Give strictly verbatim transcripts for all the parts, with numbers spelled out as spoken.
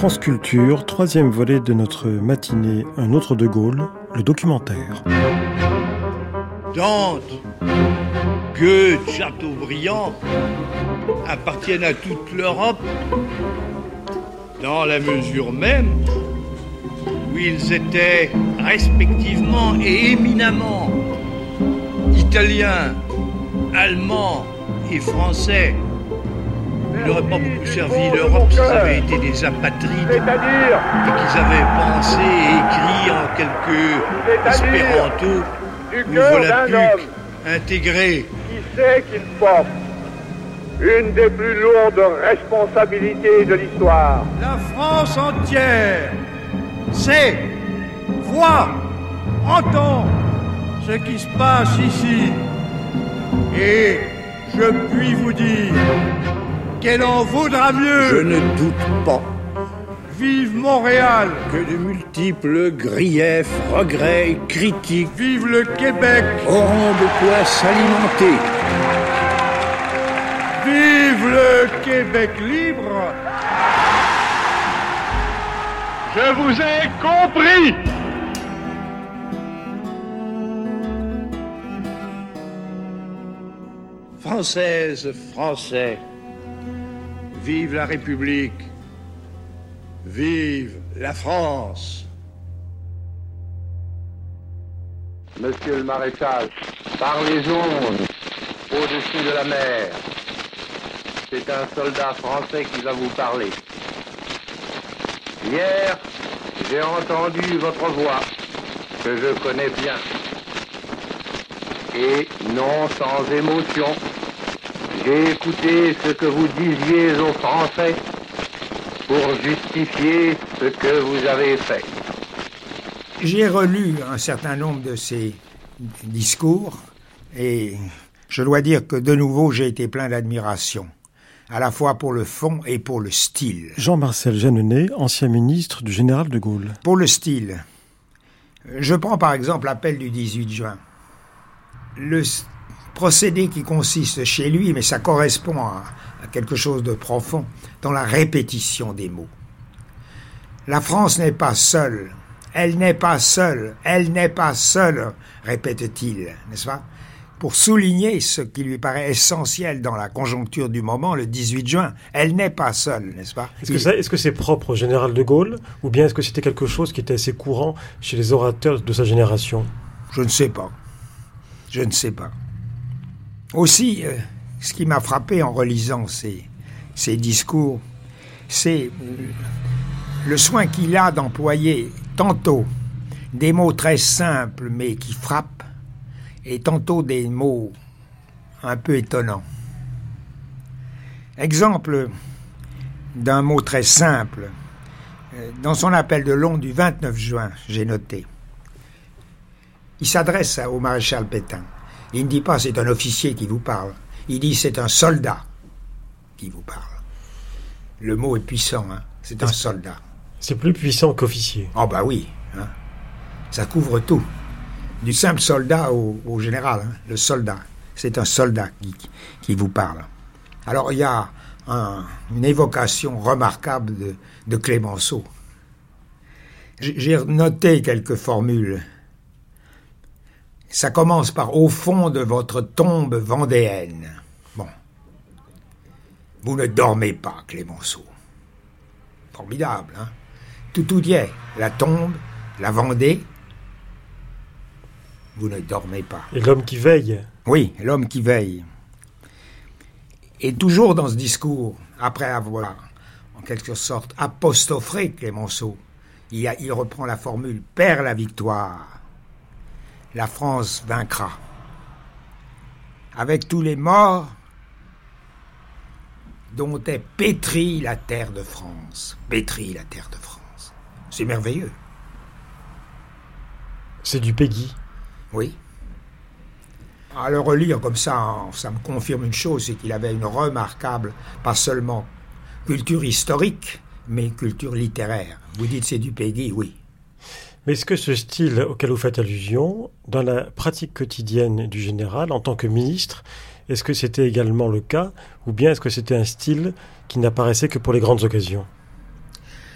France Culture, troisième volet de notre matinée Un autre de Gaulle, le documentaire. Dante, Goethe, Chateaubriand appartiennent à toute l'Europe dans la mesure même où ils étaient respectivement et éminemment italiens, allemands et français. Ils n'auraient pas beaucoup servi l'Europe s'ils avaient été des apatrides et qu'ils avaient pensé et écrit en quelques espéranto ou volapuc intégrés. Qui sait qu'il porte une des plus lourdes responsabilités de l'histoire. La France entière sait, voit, entend ce qui se passe ici. Et je puis vous dire qu'elle en vaudra mieux. Je ne doute pas. Vive Montréal. Que de multiples griefs, regrets et critiques. Vive le Québec. Auront de quoi s'alimenter. Vive le Québec libre. Je vous ai compris. Françaises, Français, vive la République, vive la France. Monsieur le maréchal, par les ondes, au-dessus de la mer, c'est un soldat français qui va vous parler. Hier, j'ai entendu votre voix, que je connais bien. Et non sans émotion, j'ai écouté ce que vous disiez aux Français pour justifier ce que vous avez fait. J'ai relu un certain nombre de ces discours et je dois dire que de nouveau j'ai été plein d'admiration, à la fois pour le fond et pour le style. Jean-Marcel Jeanneney, ancien ministre du général de Gaulle. Pour le style, je prends par exemple l'appel du dix-huit juin. Le procédé qui consiste chez lui, mais ça correspond à, à quelque chose de profond, dans la répétition des mots. La France n'est pas seule, elle n'est pas seule, elle n'est pas seule, répète-t-il, n'est-ce pas? Pour souligner ce qui lui paraît essentiel dans la conjoncture du moment, le dix-huit juin, elle n'est pas seule, n'est-ce pas? Est-ce que, ça, est-ce que c'est propre au général de Gaulle, ou bien est-ce que c'était quelque chose qui était assez courant chez les orateurs de sa génération? Je ne sais pas. Je ne sais pas. Aussi, euh, ce qui m'a frappé en relisant ces, ces discours, c'est euh, le soin qu'il a d'employer tantôt des mots très simples mais qui frappent, et tantôt des mots un peu étonnants. Exemple d'un mot très simple, euh, dans son appel de Londres du vingt-neuf juin, j'ai noté. Il s'adresse au maréchal Pétain. Il ne dit pas c'est un officier qui vous parle. Il dit c'est un soldat qui vous parle. Le mot est puissant, hein. C'est un soldat. C'est plus puissant qu'officier. Oh bah oui, hein. Ça couvre tout. Du simple soldat au, au général, hein. Le soldat. C'est un soldat qui, qui vous parle. Alors il y a un, une évocation remarquable de, de Clémenceau. J'ai noté quelques formules. Ça commence par « au fond de votre tombe vendéenne ». Bon. Vous ne dormez pas, Clémenceau. Formidable, hein? Tout, tout y est. La tombe, la Vendée. Vous ne dormez pas. Et l'homme qui veille. Oui, l'homme qui veille. Et toujours dans ce discours, après avoir, en quelque sorte, apostrophé Clémenceau, il, a, il reprend la formule « perd la victoire ». La France vaincra. Avec tous les morts dont est pétrie la terre de France. Pétrie la terre de France. C'est merveilleux. C'est du Péguy. Oui. À le relire comme ça, ça me confirme une chose, c'est qu'il avait une remarquable, pas seulement culture historique, mais culture littéraire. Vous dites c'est du Péguy, oui. Mais est-ce que ce style auquel vous faites allusion, dans la pratique quotidienne du général, en tant que ministre, est-ce que c'était également le cas, ou bien est-ce que c'était un style qui n'apparaissait que pour les grandes occasions ?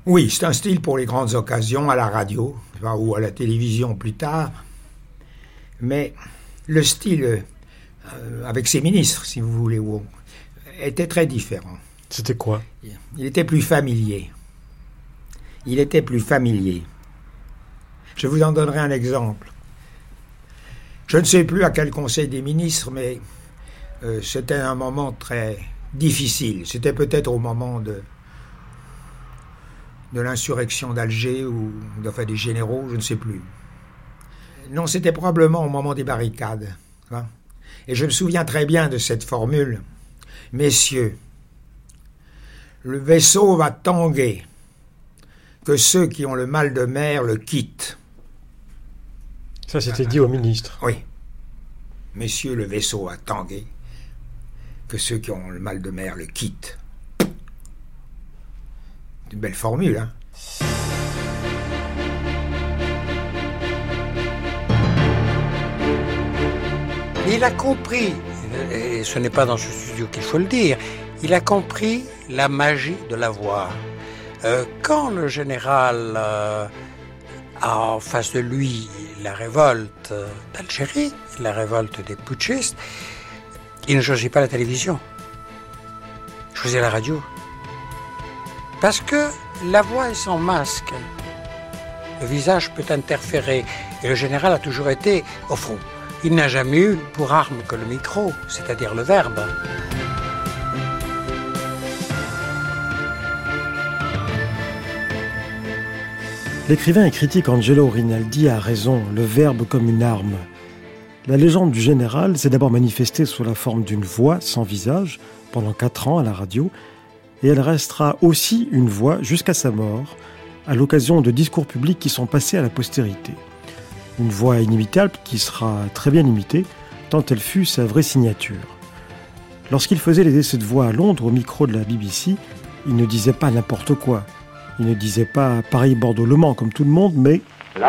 Oui, c'est un style pour les grandes occasions, à la radio, ou à la télévision plus tard. Mais le style, euh, avec ses ministres, si vous voulez, était très différent. C'était quoi? Il était plus familier. Il était plus familier. Je vous en donnerai un exemple. Je ne sais plus à quel conseil des ministres, mais euh, c'était un moment très difficile. C'était peut-être au moment de, de l'insurrection d'Alger ou enfin, des généraux, je ne sais plus. Non, c'était probablement au moment des barricades. Hein. Et je me souviens très bien de cette formule. Messieurs, le vaisseau va tanguer, que ceux qui ont le mal de mer le quittent. Ça, c'était dit au ministre. Oui. Messieurs, le vaisseau va tanguer, que ceux qui ont le mal de mer le quittent. C'est une belle formule, hein. Il a compris, et ce n'est pas dans ce studio qu'il faut le dire, il a compris la magie de la voix. Euh, quand le général euh, a en face de lui la révolte d'Algérie, la révolte des putschistes, il ne choisit pas la télévision, il choisit la radio. Parce que la voix est sans masque. Le visage peut interférer, et le général a toujours été au front. Il n'a jamais eu pour arme que le micro, c'est-à-dire le verbe. L'écrivain et critique Angelo Rinaldi a raison, le verbe comme une arme. La légende du général s'est d'abord manifestée sous la forme d'une voix sans visage pendant quatre ans à la radio, et elle restera aussi une voix jusqu'à sa mort, à l'occasion de discours publics qui sont passés à la postérité. Une voix inimitable qui sera très bien imitée, tant elle fut sa vraie signature. Lorsqu'il faisait les essais de voix à Londres au micro de la B B C, il ne disait pas n'importe quoi. Il ne disait pas Paris-Bordeaux-Le Mans comme tout le monde, mais...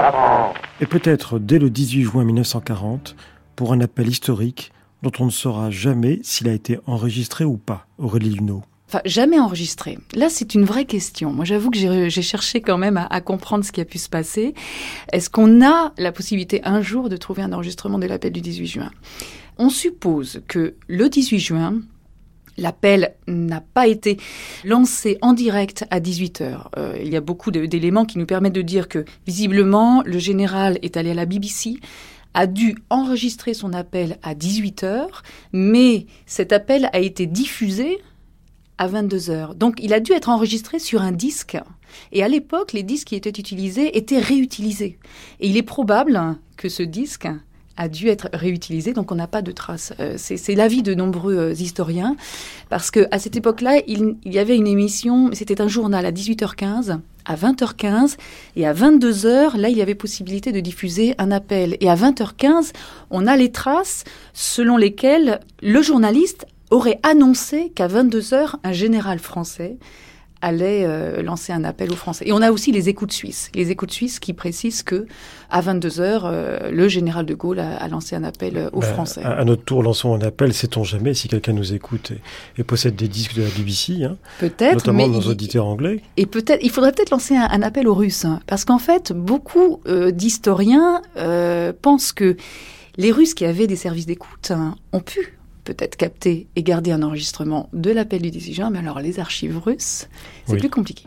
Et peut-être dès le dix-huit juin mille neuf cent quarante, pour un appel historique dont on ne saura jamais s'il a été enregistré ou pas, Aurélie Luneau. Enfin, jamais enregistré. Là, c'est une vraie question. Moi, j'avoue que j'ai, j'ai cherché quand même à, à comprendre ce qui a pu se passer. Est-ce qu'on a la possibilité un jour de trouver un enregistrement de l'appel du dix-huit juin ? On suppose que le dix-huit juin, l'appel n'a pas été lancé en direct à dix-huit heures. Euh, il y a beaucoup de, d'éléments qui nous permettent de dire que, visiblement, le général est allé à la B B C, a dû enregistrer son appel à dix-huit heures, mais cet appel a été diffusé à vingt-deux heures. Donc, il a dû être enregistré sur un disque. Et à l'époque, les disques qui étaient utilisés étaient réutilisés. Et il est probable que ce disque a dû être réutilisé, donc on n'a pas de traces. Euh, c'est, c'est l'avis de nombreux euh, historiens, parce qu'à cette époque-là, il, il y avait une émission, c'était un journal à dix-huit heures quinze, à vingt heures quinze, et à vingt-deux heures, là, il y avait possibilité de diffuser un appel. Et à vingt heures quinze, on a les traces selon lesquelles le journaliste aurait annoncé qu'à vingt-deux heures, un général français allait euh, lancer un appel aux Français. Et on a aussi les écoutes suisses. Les écoutes suisses qui précisent que à vingt-deux heures, euh, le général de Gaulle a, a lancé un appel aux ben, Français. À, à notre tour, lançons un appel. Sait-on jamais si quelqu'un nous écoute et, et possède des disques de la B B C, hein, peut-être, notamment mais nos il, auditeurs anglais. Et peut-être, il faudrait peut-être lancer un, un appel aux Russes, hein, parce qu'en fait, beaucoup euh, d'historiens euh, pensent que les Russes qui avaient des services d'écoute hein, ont pu peut-être capter et garder un enregistrement de l'appel du dix-huit juin, mais alors les archives russes, c'est oui. plus compliqué.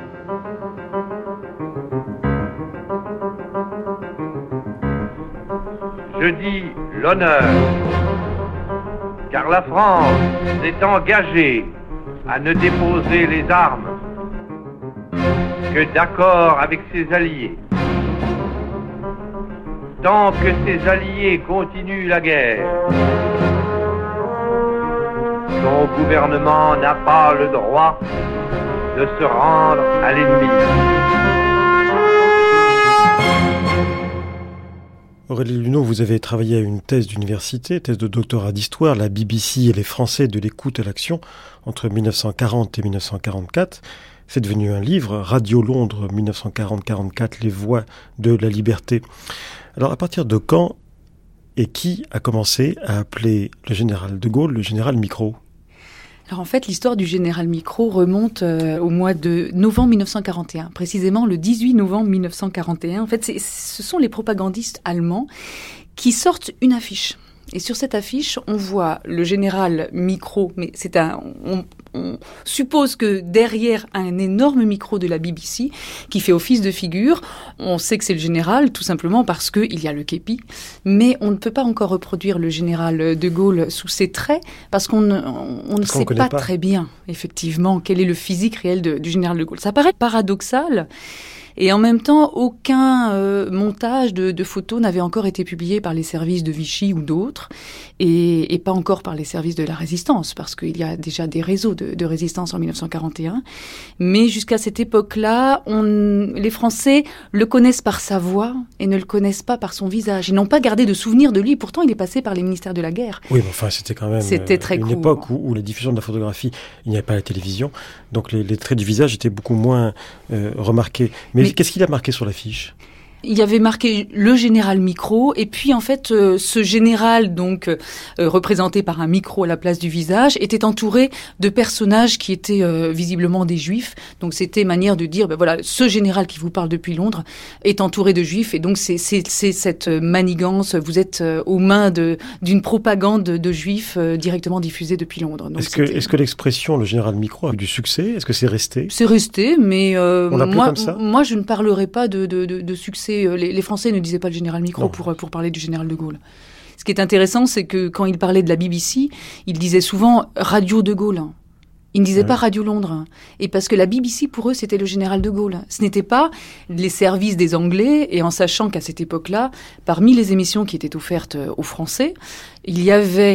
Je dis l'honneur, car la France s'est engagée à ne déposer les armes que d'accord avec ses alliés. Tant que ses alliés continuent la guerre, son gouvernement n'a pas le droit de se rendre à l'ennemi. Aurélie Luneau, vous avez travaillé à une thèse d'université, thèse de doctorat d'histoire, la B B C et les Français de l'écoute à l'action, entre mille neuf cent quarante et mille neuf cent quarante-quatre. C'est devenu un livre, Radio Londres, mille neuf cent quarante quarante-quatre, les voix de la liberté. Alors, à partir de quand et qui a commencé à appeler le général de Gaulle le général Micro ? Alors en fait, l'histoire du général Micro remonte euh, au mois de novembre mille neuf cent quarante et un, précisément le dix-huit novembre mille neuf cent quarante et un. En fait, c'est, ce sont les propagandistes allemands qui sortent une affiche. Et sur cette affiche, on voit le général Micro, mais c'est un, on, on suppose que derrière un énorme micro de la B B C qui fait office de figure, on sait que c'est le général tout simplement parce qu'il y a le képi, mais on ne peut pas encore reproduire le général de Gaulle sous ses traits parce qu'on ne, on ne sait pas, pas très bien, effectivement, quel est le physique réel de, du général de Gaulle. Ça paraît paradoxal. Et en même temps, aucun euh, montage de, de photos n'avait encore été publié par les services de Vichy ou d'autres, et, et pas encore par les services de la résistance, parce qu'il y a déjà des réseaux de, de résistance en mille neuf cent quarante et un. Mais jusqu'à cette époque-là, on, les Français le connaissent par sa voix et ne le connaissent pas par son visage. Ils n'ont pas gardé de souvenirs de lui. Pourtant, il est passé par les ministères de la guerre. Oui, mais enfin, c'était quand même c'était très une court. époque où, où la diffusion de la photographie, il n'y avait pas la télévision, donc les, les traits du visage étaient beaucoup moins euh, remarqués. Mais, Mais qu'est-ce qu'il a marqué sur l'affiche ? Il y avait marqué le général Micro, et puis en fait, euh, ce général, donc euh, représenté par un micro à la place du visage, était entouré de personnages qui étaient euh, visiblement des juifs. Donc c'était manière de dire, ben voilà, ce général qui vous parle depuis Londres est entouré de juifs, et donc c'est, c'est, c'est cette manigance, vous êtes euh, aux mains de, d'une propagande de, de juifs euh, directement diffusée depuis Londres. Donc est-ce, que, est-ce que l'expression le général Micro a eu du succès ? Est-ce que c'est resté ? C'est resté, mais euh, On l'appelait moi, comme ça ? moi je ne parlerai pas de, de, de, de succès. Les, les Français ne disaient pas le général Micro pour, pour parler du général de Gaulle. Ce qui est intéressant, c'est que quand il parlait de la B B C, il disait souvent Radio de Gaulle. Il ne disait ouais. pas Radio Londres. Et parce que la B B C, pour eux, c'était le général de Gaulle. Ce n'était pas les services des Anglais, et en sachant qu'à cette époque-là, parmi les émissions qui étaient offertes aux Français, il y avait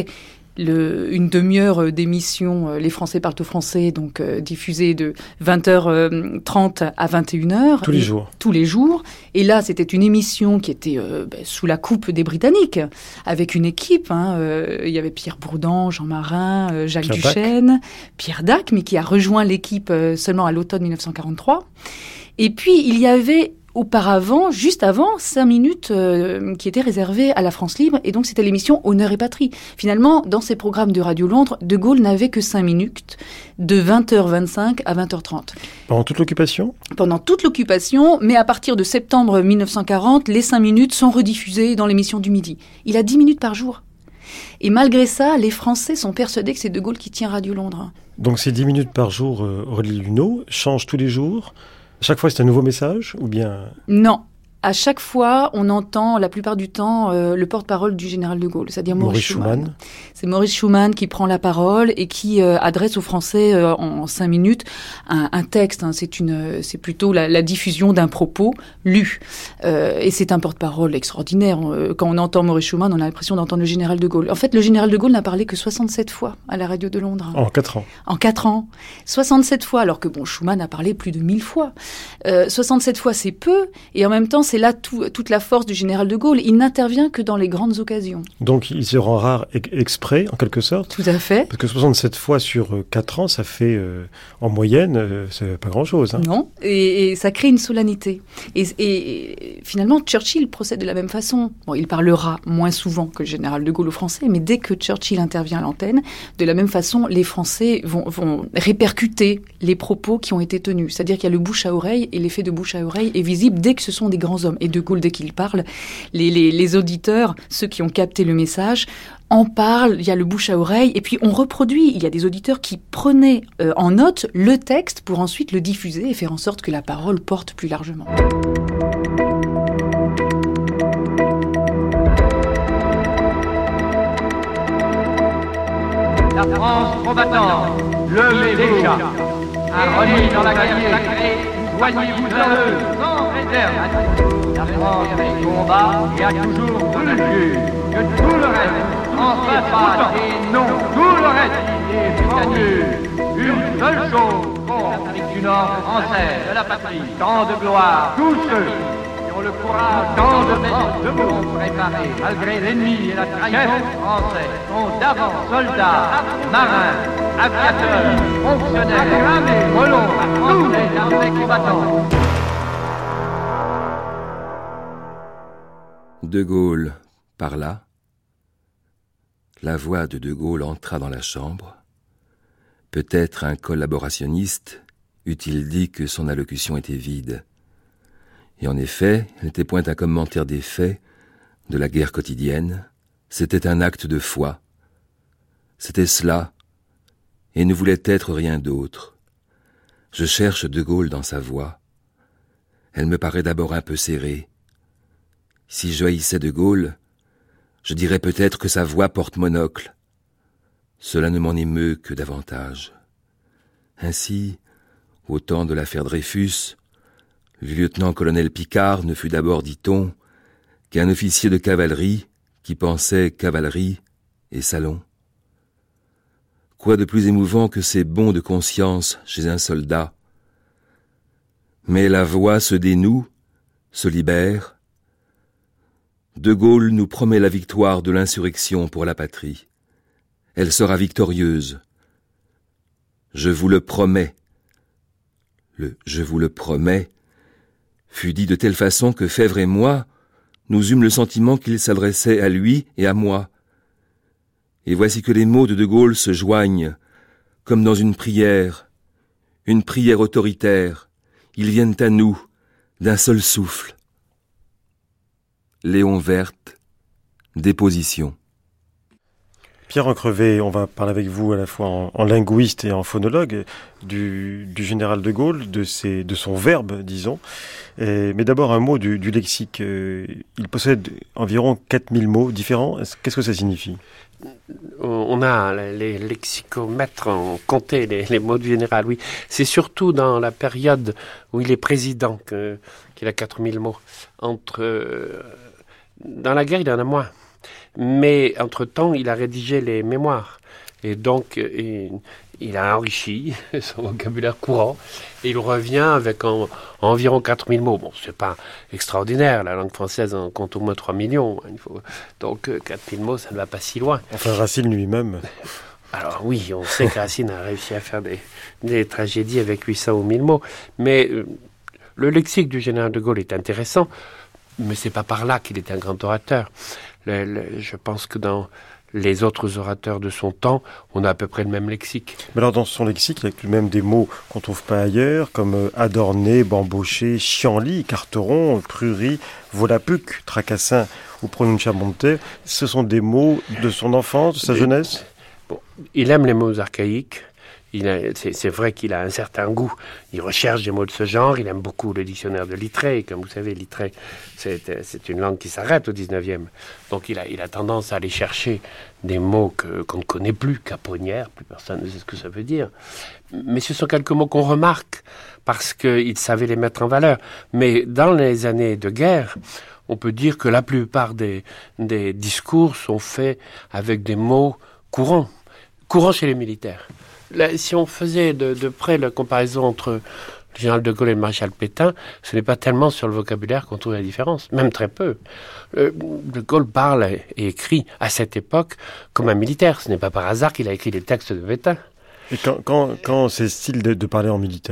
Le, une demi-heure d'émission euh, Les Français parlent au français, donc euh, diffusée de vingt heures trente à vingt et une heures. Tous les jours. Tous les jours. Et là, c'était une émission qui était euh, bah, sous la coupe des Britanniques, avec une équipe. Hein, euh, il y avait Pierre Bourdan, Jean Marin, euh, Jacques Pierre Duchesne, Dac. Pierre Dac, mais qui a rejoint l'équipe euh, seulement à l'automne mille neuf cent quarante-trois. Et puis, il y avait auparavant, juste avant, cinq minutes euh, qui étaient réservées à la France libre, et donc c'était l'émission Honneur et Patrie. Finalement, dans ces programmes de Radio Londres, De Gaulle n'avait que cinq minutes, de vingt heures vingt-cinq à vingt heures trente. Pendant toute l'occupation ? Pendant toute l'occupation, mais à partir de septembre mille neuf cent quarante, les cinq minutes sont rediffusées dans l'émission du midi. Il a dix minutes par jour. Et malgré ça, les Français sont persuadés que c'est De Gaulle qui tient Radio Londres. Donc ces dix minutes par jour, euh, Aurélie Luneau, changent tous les jours ? Chaque fois, c'est un nouveau message ou bien... Non. À chaque fois, on entend, la plupart du temps, euh, le porte-parole du général de Gaulle, c'est-à-dire Maurice, Maurice Schumann. Schumann. C'est Maurice Schumann qui prend la parole et qui euh, adresse aux Français euh, en, en cinq minutes un, un texte. Hein, c'est une, c'est plutôt la, la diffusion d'un propos lu. Euh, et c'est un porte-parole extraordinaire. Quand on entend Maurice Schumann, on a l'impression d'entendre le général de Gaulle. En fait, le général de Gaulle n'a parlé que soixante-sept fois à la radio de Londres. En quatre ans. En quatre ans. soixante-sept fois, alors que bon, Schumann a parlé plus de mille fois. Euh, soixante-sept fois, c'est peu. Et en même temps, c'est là tout, toute la force du général de Gaulle. Il n'intervient que dans les grandes occasions. Donc il se rend rare e- exprès, en quelque sorte. Tout à fait. Parce que soixante-sept fois sur euh, quatre ans, ça fait, euh, en moyenne, euh, c'est pas grand-chose. Hein. Non, et, et ça crée une solennité. Et, et, et finalement, Churchill procède de la même façon. Bon, il parlera moins souvent que le général de Gaulle aux Français, mais dès que Churchill intervient à l'antenne, de la même façon, les Français vont, vont répercuter les propos qui ont été tenus. C'est-à-dire qu'il y a le bouche à oreille, et l'effet de bouche à oreille est visible dès que ce sont des grands hommes. Et de Gaulle, dès qu'il parle, les, les, les auditeurs, ceux qui ont capté le message, en parlent, il y a le bouche à oreille, et puis on reproduit. Il y a des auditeurs qui prenaient euh, en note le texte pour ensuite le diffuser et faire en sorte que la parole porte plus largement. La France combattante, levez-vous déjà, a remis dans la guerre sacrée, joignez-vous à eux, sans réserve. La France des combats et a toujours voulu que tout le reste en fasse pas et non, tout le reste est mécanique. Une seule chose compte avec du Nord français, de la patrie, tant de gloire, tous ceux qui ont le courage, tant de France debout, préparés, malgré l'ennemi et la trahison français, sont d'avant soldats, marins, aviateurs, fonctionnaires, colons, tous les armées combattantes. De Gaulle parla. La voix de De Gaulle entra dans la chambre. Peut-être un collaborationniste eût-il dit que son allocution était vide. Et en effet, elle n'était point un commentaire des faits, de la guerre quotidienne, c'était un acte de foi. C'était cela, et ne voulait être rien d'autre. Je cherche De Gaulle dans sa voix. Elle me paraît d'abord un peu serrée. Si je haïssais De Gaulle, je dirais peut-être que sa voix porte monocle. Cela ne m'en émeut que davantage. Ainsi, au temps de l'affaire Dreyfus, le lieutenant-colonel Picard ne fut d'abord, dit-on, qu'un officier de cavalerie qui pensait cavalerie et salon. Quoi de plus émouvant que ces bonds de conscience chez un soldat? Mais la voix se dénoue, se libère. De Gaulle nous promet la victoire de l'insurrection pour la patrie. Elle sera victorieuse. Je vous le promets. Le « je vous le promets » fut dit de telle façon que Fèvre et moi, nous eûmes le sentiment qu'il s'adressait à lui et à moi. Et voici que les mots de De Gaulle se joignent, comme dans une prière, une prière autoritaire. Ils viennent à nous, d'un seul souffle. Léon Werth, déposition. Pierre Encrevé, on va parler avec vous à la fois en, en linguiste et en phonologue du, du général de Gaulle, de, ses, de son verbe, disons. Et, mais d'abord un mot du, du lexique. Il possède environ quatre mille mots différents. Qu'est-ce que ça signifie ? On a les lexicomètres, on comptait les, les mots du général, oui. C'est surtout dans la période où il est président que, qu'il a quatre mille mots. Entre, euh, dans la guerre, il en a moins. Mais, entre-temps, il a rédigé les mémoires. Et donc, il, il a enrichi son vocabulaire courant. Et il revient avec en, environ quatre mille mots. Bon, c'est pas extraordinaire. La langue française en compte au moins trois millions. Il faut, donc, quatre mille mots, ça ne va pas si loin. Enfin, Racine lui-même. Alors oui, on sait que Racine a réussi à faire des, des tragédies avec huit cents ou mille mots. Mais euh, le lexique du général de Gaulle est intéressant. Mais c'est pas par là qu'il est un grand orateur. Le, le, je pense que dans les autres orateurs de son temps, on a à peu près le même lexique. Mais alors dans son lexique, il y a tout de même des mots qu'on ne trouve pas ailleurs, comme euh, adorné, bamboché, chienlit, carteron, prurie, volapuc, tracassin ou pronunciamonte. Ce sont des mots de son enfance, de sa Mais, jeunesse. Bon, il aime les mots archaïques. Il a, c'est, c'est vrai qu'il a un certain goût. Il recherche des mots de ce genre. Il aime beaucoup le dictionnaire de Littré. Comme vous savez, Littré, c'est, c'est une langue qui s'arrête au dix-neuvième. Donc il a, il a tendance à aller chercher des mots que, qu'on ne connaît plus. Caponnière, plus personne ne sait ce que ça veut dire. Mais ce sont quelques mots qu'on remarque parce qu'il savait les mettre en valeur. Mais dans les années de guerre, on peut dire que la plupart des, des discours sont faits avec des mots courants. Courants chez les militaires. Là, si on faisait de, de près la comparaison entre le général de Gaulle et le maréchal Pétain, ce n'est pas tellement sur le vocabulaire qu'on trouve la différence, même très peu. Euh, de Gaulle parle et écrit à cette époque comme un militaire. Ce n'est pas par hasard qu'il a écrit les textes de Pétain. Et quand, quand, quand c'est style de, de parler en militaire ?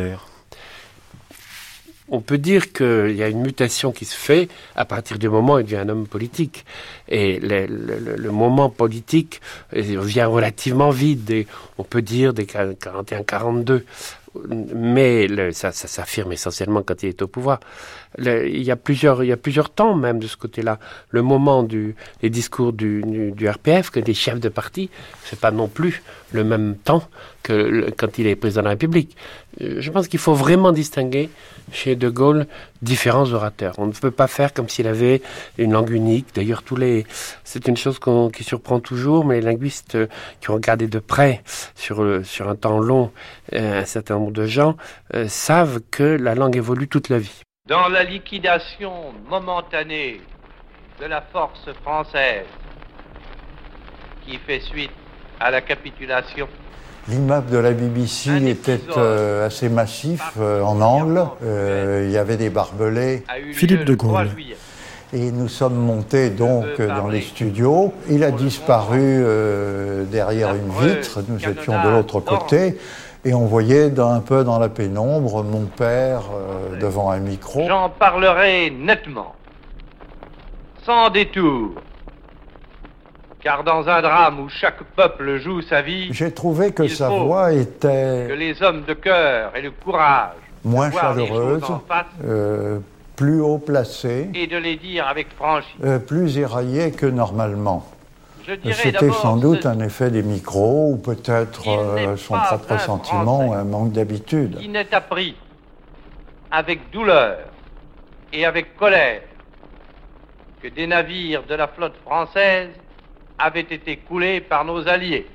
On peut dire qu'il y a une mutation qui se fait à partir du moment où il devient un homme politique. Et le, le, le moment politique vient relativement vite, et on peut dire des quarante et un quarante-deux. Mais le, ça, ça s'affirme essentiellement quand il est au pouvoir. Le, il, y a plusieurs, il y a plusieurs temps même de ce côté-là. Le moment du, des discours du, du, du R P F, que des chefs de parti, c'est pas non plus le même temps que le, quand il est président de la République. Je pense qu'il faut vraiment distinguer chez De Gaulle différents orateurs. On ne peut pas faire comme s'il avait une langue unique. D'ailleurs, tous les, c'est une chose qu'on, qui surprend toujours, mais les linguistes qui ont regardé de près sur, le, sur un temps long euh, un certain nombre de gens euh, savent que la langue évolue toute la vie. Dans la liquidation momentanée de la force française qui fait suite à la capitulation, l'immeuble de la B B C était euh, assez massif, euh, en angle. Euh, il y avait des barbelés. Philippe de Gaulle. Et nous sommes montés donc dans les studios. Il a disparu euh, derrière une vitre. Nous étions de l'autre côté. Et on voyait dans, un peu dans la pénombre mon père euh, devant un micro. J'en parlerai nettement, sans détour, Car dans un drame où chaque peuple joue sa vie, j'ai trouvé que il sa faut voix était que les hommes de cœur et le courage moins de voir les chaleureuse, choses en face euh, plus haut placée, et de les dire avec franchise. euh, plus éraillée que normalement. Je dirais C'était d'abord sans doute ceci. un effet des micros ou peut-être Il n'est euh, son pas propre un sentiment, Français un manque d'habitude. qui n'est appris avec douleur et avec colère que des navires de la flotte française avaient été coulés par nos alliés.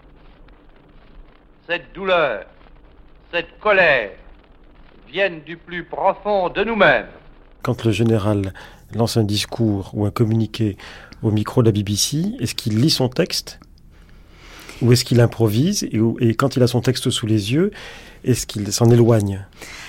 Cette douleur, cette colère viennent du plus profond de nous-mêmes. Quand le général lance un discours ou un communiqué au micro de la B B C, est-ce qu'il lit son texte ou est-ce qu'il improvise et, et quand il a son texte sous les yeux, est-ce qu'il s'en éloigne ?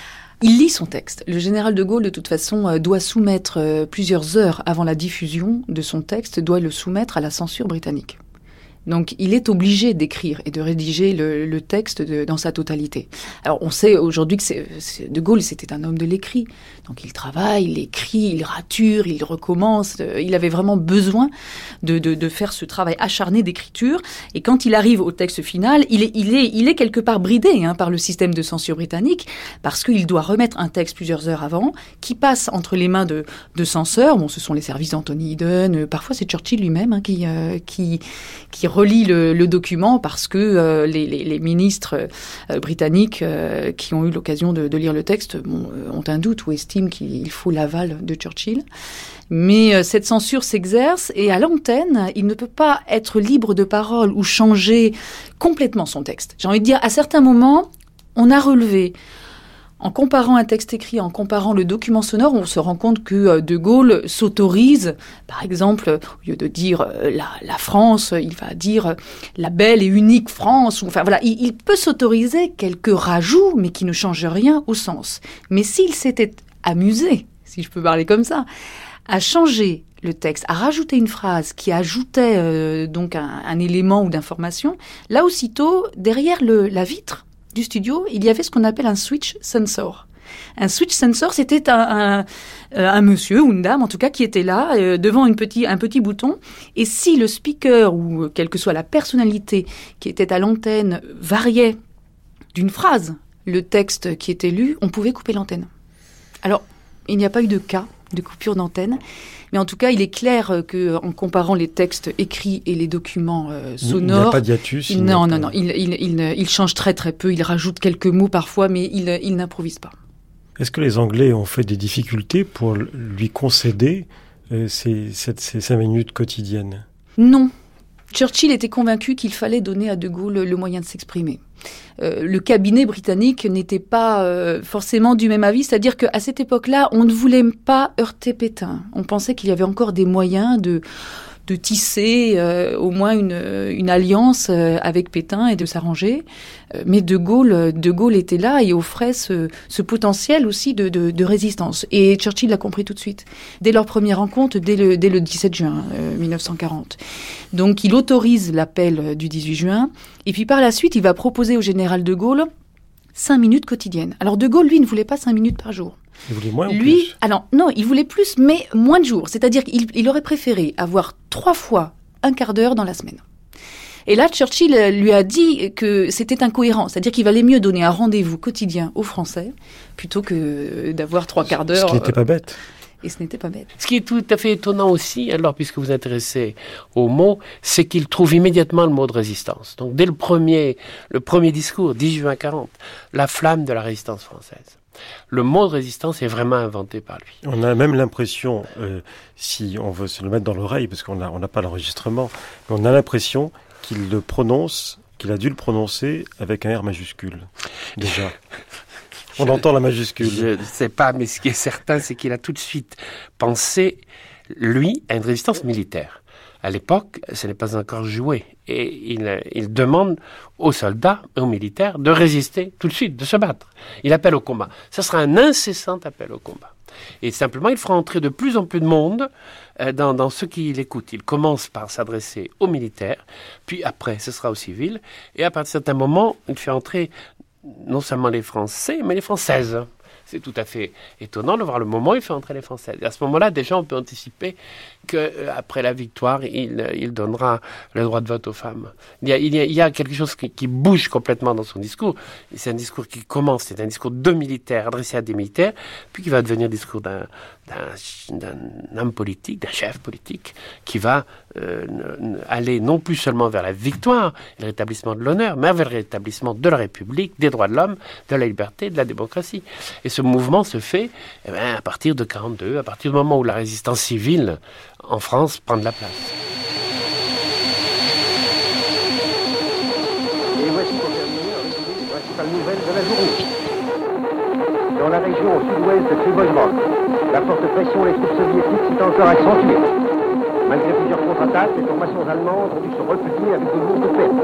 Il lit son texte. Le général de Gaulle, de toute façon, doit soumettre, plusieurs heures avant la diffusion de son texte, doit le soumettre à la censure britannique. Donc, il est obligé d'écrire et de rédiger le, le texte de, dans sa totalité. Alors, on sait aujourd'hui que c'est, c'est, de Gaulle, c'était un homme de l'écrit. Donc, il travaille, il écrit, il rature, il recommence. Il avait vraiment besoin de, de, de faire ce travail acharné d'écriture. Et quand il arrive au texte final, il est, il est, il est quelque part bridé hein, par le système de censure britannique, parce qu'il doit remettre un texte plusieurs heures avant, qui passe entre les mains de, de censeurs. Bon, ce sont les services d'Anthony Eden. Parfois, c'est Churchill lui-même hein, qui, euh, qui, qui relit le, le document parce que euh, les, les, les ministres euh, britanniques euh, qui ont eu l'occasion de, de lire le texte bon, euh, ont un doute ou estiment qu'il faut l'aval de Churchill. Mais euh, cette censure s'exerce et à l'antenne, il ne peut pas être libre de parole ou changer complètement son texte. J'ai envie de dire, à certains moments, on a relevé. En comparant un texte écrit, en comparant le document sonore, on se rend compte que De Gaulle s'autorise, par exemple, au lieu de dire euh, la, la France, il va dire euh, la belle et unique France. Ou, enfin voilà, il, il peut s'autoriser quelques rajouts, mais qui ne changent rien au sens. Mais s'il s'était amusé, si je peux parler comme ça, à changer le texte, à rajouter une phrase qui ajoutait euh, donc un, un élément ou d'information, là aussitôt, derrière le, la vitre du studio, il y avait ce qu'on appelle un switch sensor. Un switch sensor, c'était un, un, un monsieur ou une dame, en tout cas, qui était là, euh, devant une petit, un petit bouton. Et si le speaker, ou quelle que soit la personnalité qui était à l'antenne, variait d'une phrase le texte qui était lu, on pouvait couper l'antenne. Alors, il n'y a pas eu de cas de coupure d'antenne, mais en tout cas, il est clair qu'en comparant les textes écrits et les documents euh, sonores... Il n'y a pas d'hiatus. Il, non, non, non, il, il, il, il change très très peu, il rajoute quelques mots parfois, mais il, il n'improvise pas. Est-ce que les Anglais ont fait des difficultés pour lui concéder euh, ces, ces, ces cinq minutes quotidiennes ? Non. Churchill était convaincu qu'il fallait donner à De Gaulle le moyen de s'exprimer. Euh, le cabinet britannique n'était pas euh, forcément du même avis, c'est-à-dire qu'à cette époque-là, on ne voulait pas heurter Pétain. On pensait qu'il y avait encore des moyens de, de tisser euh, au moins une, une alliance euh, avec Pétain et de s'arranger. Euh, mais De Gaulle, De Gaulle était là et offrait ce, ce potentiel aussi de, de, de résistance. Et Churchill l'a compris tout de suite, dès leur première rencontre, dès le, dès le dix-sept juin euh, mille neuf cent quarante. Donc il autorise l'appel du dix-huit juin, et puis par la suite, il va proposer au général de Gaulle cinq minutes quotidiennes. Alors De Gaulle, lui, ne voulait pas cinq minutes par jour. Il voulait moins ou lui, plus ? Alors non, il voulait plus, mais moins de jours. C'est-à-dire qu'il il aurait préféré avoir trois fois un quart d'heure dans la semaine. Et là, Churchill lui a dit que c'était incohérent. C'est-à-dire qu'il valait mieux donner un rendez-vous quotidien aux Français plutôt que d'avoir trois quarts d'heure. Ce qui n'était pas bête. Et ce n'était pas bête. Ce qui est tout à fait étonnant aussi, alors puisque vous vous intéressez au mot, c'est qu'il trouve immédiatement le mot de résistance. Donc dès le premier, le premier discours, dix-huit juin quarante, la flamme de la résistance française. Le mot de résistance est vraiment inventé par lui. On a même l'impression, euh, si on veut se le mettre dans l'oreille, parce qu'on n'a on n'a pas l'enregistrement, mais on a l'impression qu'il le prononce, qu'il a dû le prononcer avec un R majuscule, déjà. On je, entend la majuscule. Je ne sais pas, mais ce qui est certain, c'est qu'il a tout de suite pensé, lui, à une résistance militaire. À l'époque, ce n'est pas encore joué. Et il, il demande aux soldats, aux militaires, de résister tout de suite, de se battre. Il appelle au combat. Ce sera un incessant appel au combat. Et simplement, il fera entrer de plus en plus de monde euh, dans, dans ceux qui l'écoutent. Il commence par s'adresser aux militaires, puis après, ce sera aux civils. Et à partir d'un certain moment, il fait entrer non seulement les Français, mais les Françaises. C'est tout à fait étonnant de voir le moment où il fait entrer les Françaises. Et à ce moment-là, déjà, on peut anticiper qu'après la victoire, il, il donnera le droit de vote aux femmes. Il y a, il y a, il y a quelque chose qui, qui bouge complètement dans son discours. C'est un discours qui commence, c'est un discours de militaire, adressé à des militaires, puis qui va devenir un discours d'un, d'un, d'un homme politique, d'un chef politique, qui va euh, aller non plus seulement vers la victoire, le rétablissement de l'honneur, mais vers le rétablissement de la République, des droits de l'homme, de la liberté, de la démocratie. Et ce mouvement se fait eh bien, à partir de quarante-deux, à partir du moment où la résistance civile en France prend de la place. Et voici pour terminer un résumé des principales nouvelles de la journée. Dans la région au sud-ouest de Tribojrok, la forte pression des troupes soviétiques s'est encore accentuée. Malgré plusieurs contre-attaques, les formations allemandes ont dû se replier avec de lourdes pertes.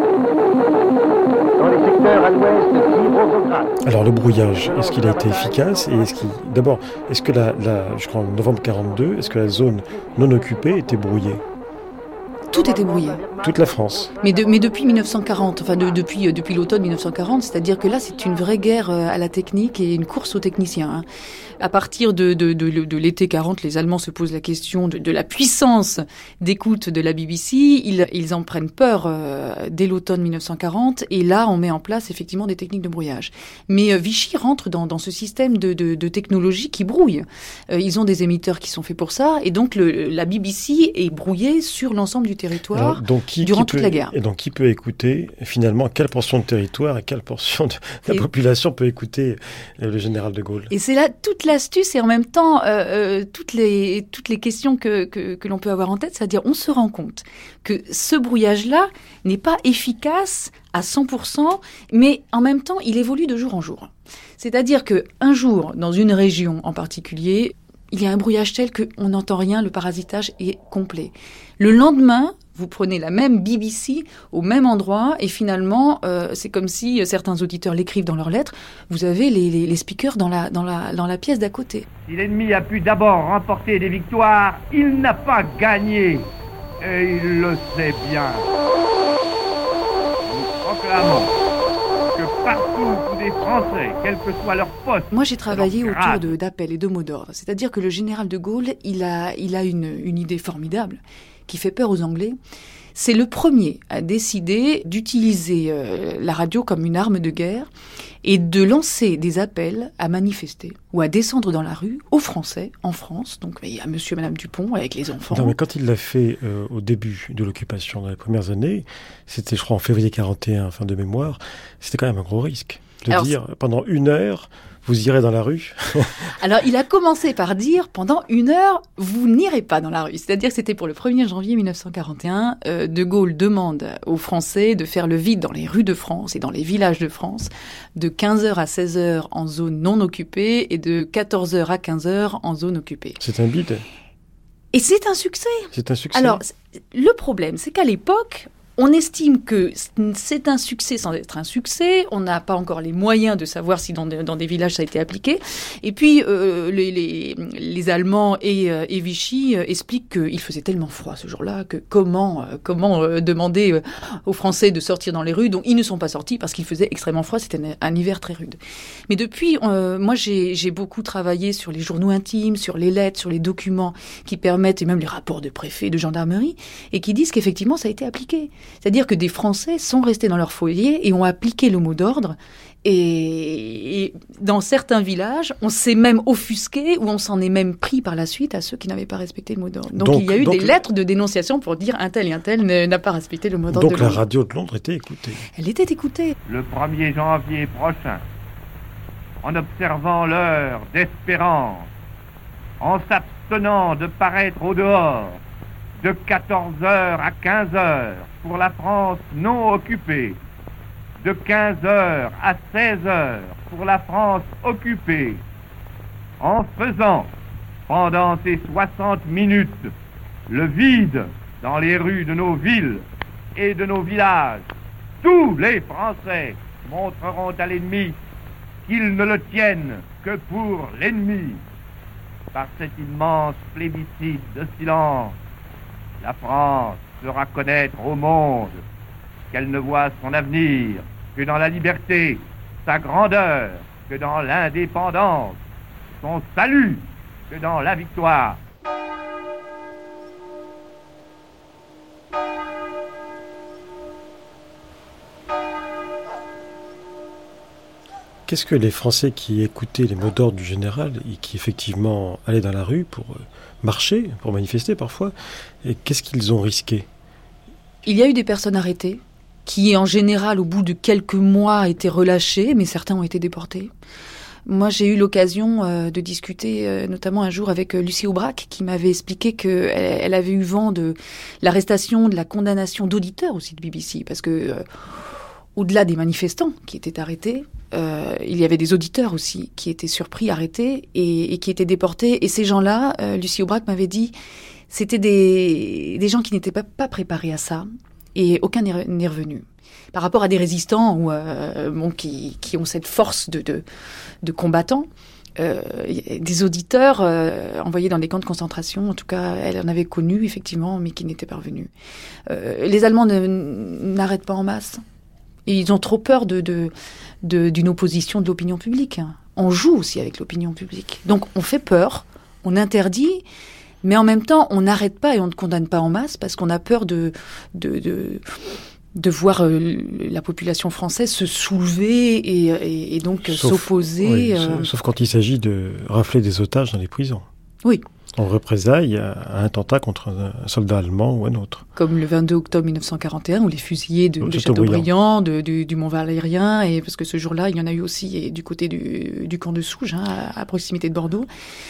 Dans les secteurs à l'ouest de Dnipropetrovsk. Alors le brouillage, est-ce qu'il a été efficace et est-ce qu'il... D'abord, est-ce que la, la, je crois en novembre quarante-deux, est-ce que la zone non occupée était brouillée ? Tout était brouillé. Toute la France. Mais, de, mais depuis mille neuf cent quarante, enfin de, depuis, euh, depuis l'automne mille neuf cent quarante, c'est-à-dire que là c'est une vraie guerre euh, à la technique et une course aux techniciens. Hein. À partir de, de, de, de, de l'été quarante, les Allemands se posent la question de, de la puissance d'écoute de la B B C. Ils, ils en prennent peur euh, dès l'automne mille neuf cent quarante et là on met en place effectivement des techniques de brouillage. Mais euh, Vichy rentre dans, dans ce système de, de, de technologie qui brouille. Euh, ils ont des émetteurs qui sont faits pour ça et donc le, la B B C est brouillée sur l'ensemble du territoire. Alors, donc, qui, durant qui toute peut, la guerre. Et donc, qui peut écouter, finalement, quelle portion de territoire et quelle portion de la et population peut écouter le général de Gaulle ? Et c'est là toute l'astuce et en même temps euh, euh, toutes les toutes les questions que, que que l'on peut avoir en tête, c'est-à-dire on se rend compte que ce brouillage-là n'est pas efficace à cent pour cent, mais en même temps, il évolue de jour en jour. C'est-à-dire que un jour, dans une région en particulier, il y a un brouillage tel qu'on n'entend rien, le parasitage est complet. Le lendemain, vous prenez la même B B C au même endroit et finalement, euh, c'est comme si certains auditeurs l'écrivent dans leurs lettres, vous avez les, les, les speakers dans la, dans, la, dans la pièce d'à côté. Si l'ennemi a pu d'abord remporter des victoires, il n'a pas gagné. Et il le sait bien. Nous proclamons que partout où des Français, quel que soit leur poste... Moi, j'ai travaillé autour de, d'appels et de mots d'ordre. C'est-à-dire que le général de Gaulle, il a, il a une, une idée formidable qui fait peur aux Anglais. C'est le premier à décider d'utiliser euh, la radio comme une arme de guerre et de lancer des appels à manifester ou à descendre dans la rue aux Français, en France. Donc il y a monsieur et madame Dupont avec les enfants. Non, mais quand il l'a fait euh, au début de l'occupation, dans les premières années, c'était je crois en février quarante et un, fin de mémoire, c'était quand même un gros risque de Alors, dire c'est... pendant une heure... Vous irez dans la rue ? Alors, il a commencé par dire, pendant une heure, vous n'irez pas dans la rue. C'est-à-dire que c'était pour le premier janvier mille neuf cent quarante et un. Euh, de Gaulle demande aux Français de faire le vide dans les rues de France et dans les villages de France, de quinze heures à seize heures en zone non occupée et de quatorze heures à quinze heures en zone occupée. C'est un bide. Et c'est un succès. C'est un succès. Alors, le problème, c'est qu'à l'époque... On estime que c'est un succès sans être un succès. On n'a pas encore les moyens de savoir si dans, de, dans des villages ça a été appliqué. Et puis, euh, les, les, les Allemands et, euh, et Vichy euh, expliquent qu'il faisait tellement froid ce jour-là que comment, euh, comment euh, demander euh, aux Français de sortir dans les rues. Donc, ils ne sont pas sortis parce qu'il faisait extrêmement froid. C'était un, un hiver très rude. Mais depuis, euh, moi, j'ai, j'ai beaucoup travaillé sur les journaux intimes, sur les lettres, sur les documents qui permettent, et même les rapports de préfets, de gendarmerie, et qui disent qu'effectivement, ça a été appliqué. C'est-à-dire que des Français sont restés dans leur foyer et ont appliqué le mot d'ordre. Et, et dans certains villages, on s'est même offusqué ou on s'en est même pris par la suite à ceux qui n'avaient pas respecté le mot d'ordre. Donc, donc il y a eu donc, des lettres de dénonciation pour dire un tel et un tel n'a pas respecté le mot d'ordre. Donc de la radio de Londres était écoutée. Elle était écoutée. Le premier janvier prochain, en observant l'heure d'espérance, en s'abstenant de paraître au dehors, de quatorze heures à quinze heures pour la France non occupée, de quinze heures à seize heures pour la France occupée, en faisant pendant ces soixante minutes le vide dans les rues de nos villes et de nos villages, tous les Français montreront à l'ennemi qu'ils ne le tiennent que pour l'ennemi. Par cet immense plébiscite de silence, la France fera connaître au monde qu'elle ne voit son avenir que dans la liberté, sa grandeur, que dans l'indépendance, son salut, que dans la victoire. Qu'est-ce que les Français qui écoutaient les mots d'ordre du général et qui effectivement allaient dans la rue pour marcher, pour manifester parfois, et qu'est-ce qu'ils ont risqué? Il y a eu des personnes arrêtées qui, en général, au bout de quelques mois, étaient relâchées, mais certains ont été déportés. Moi, j'ai eu l'occasion euh, de discuter, euh, notamment un jour avec euh, Lucie Aubrac, qui m'avait expliqué qu'elle elle avait eu vent de l'arrestation, de la condamnation d'auditeurs aussi de B B C, parce que euh, au-delà des manifestants qui étaient arrêtés, euh, il y avait des auditeurs aussi qui étaient surpris, arrêtés et, et qui étaient déportés. Et ces gens-là, euh, Lucie Aubrac m'avait dit, c'était des, des gens qui n'étaient pas, pas préparés à ça, et aucun n'est, n'est revenu. Par rapport à des résistants ou euh, bon, qui, qui ont cette force de, de, de combattants, euh, des auditeurs euh, envoyés dans des camps de concentration, en tout cas, elle en avait connu effectivement, mais qui n'étaient pas revenus. Euh, les Allemands ne, n'arrêtent pas en masse. Et ils ont trop peur de, de, de, d'une opposition de l'opinion publique. On joue aussi avec l'opinion publique. Donc on fait peur, on interdit, mais en même temps, on n'arrête pas et on ne condamne pas en masse parce qu'on a peur de, de, de, de voir euh, la population française se soulever et, et, et donc sauf, s'opposer. Oui, euh... Sauf quand il s'agit de rafler des otages dans les prisons. Oui. En représailles à un attentat contre un soldat allemand ou un autre. Comme le vingt-deux octobre mille neuf cent quarante et un, où les fusillés de, de Châteaubriand, de, du, du Mont Valérien, et parce que ce jour-là, il y en a eu aussi et du côté du, du camp de Souges, hein, à, à proximité de Bordeaux.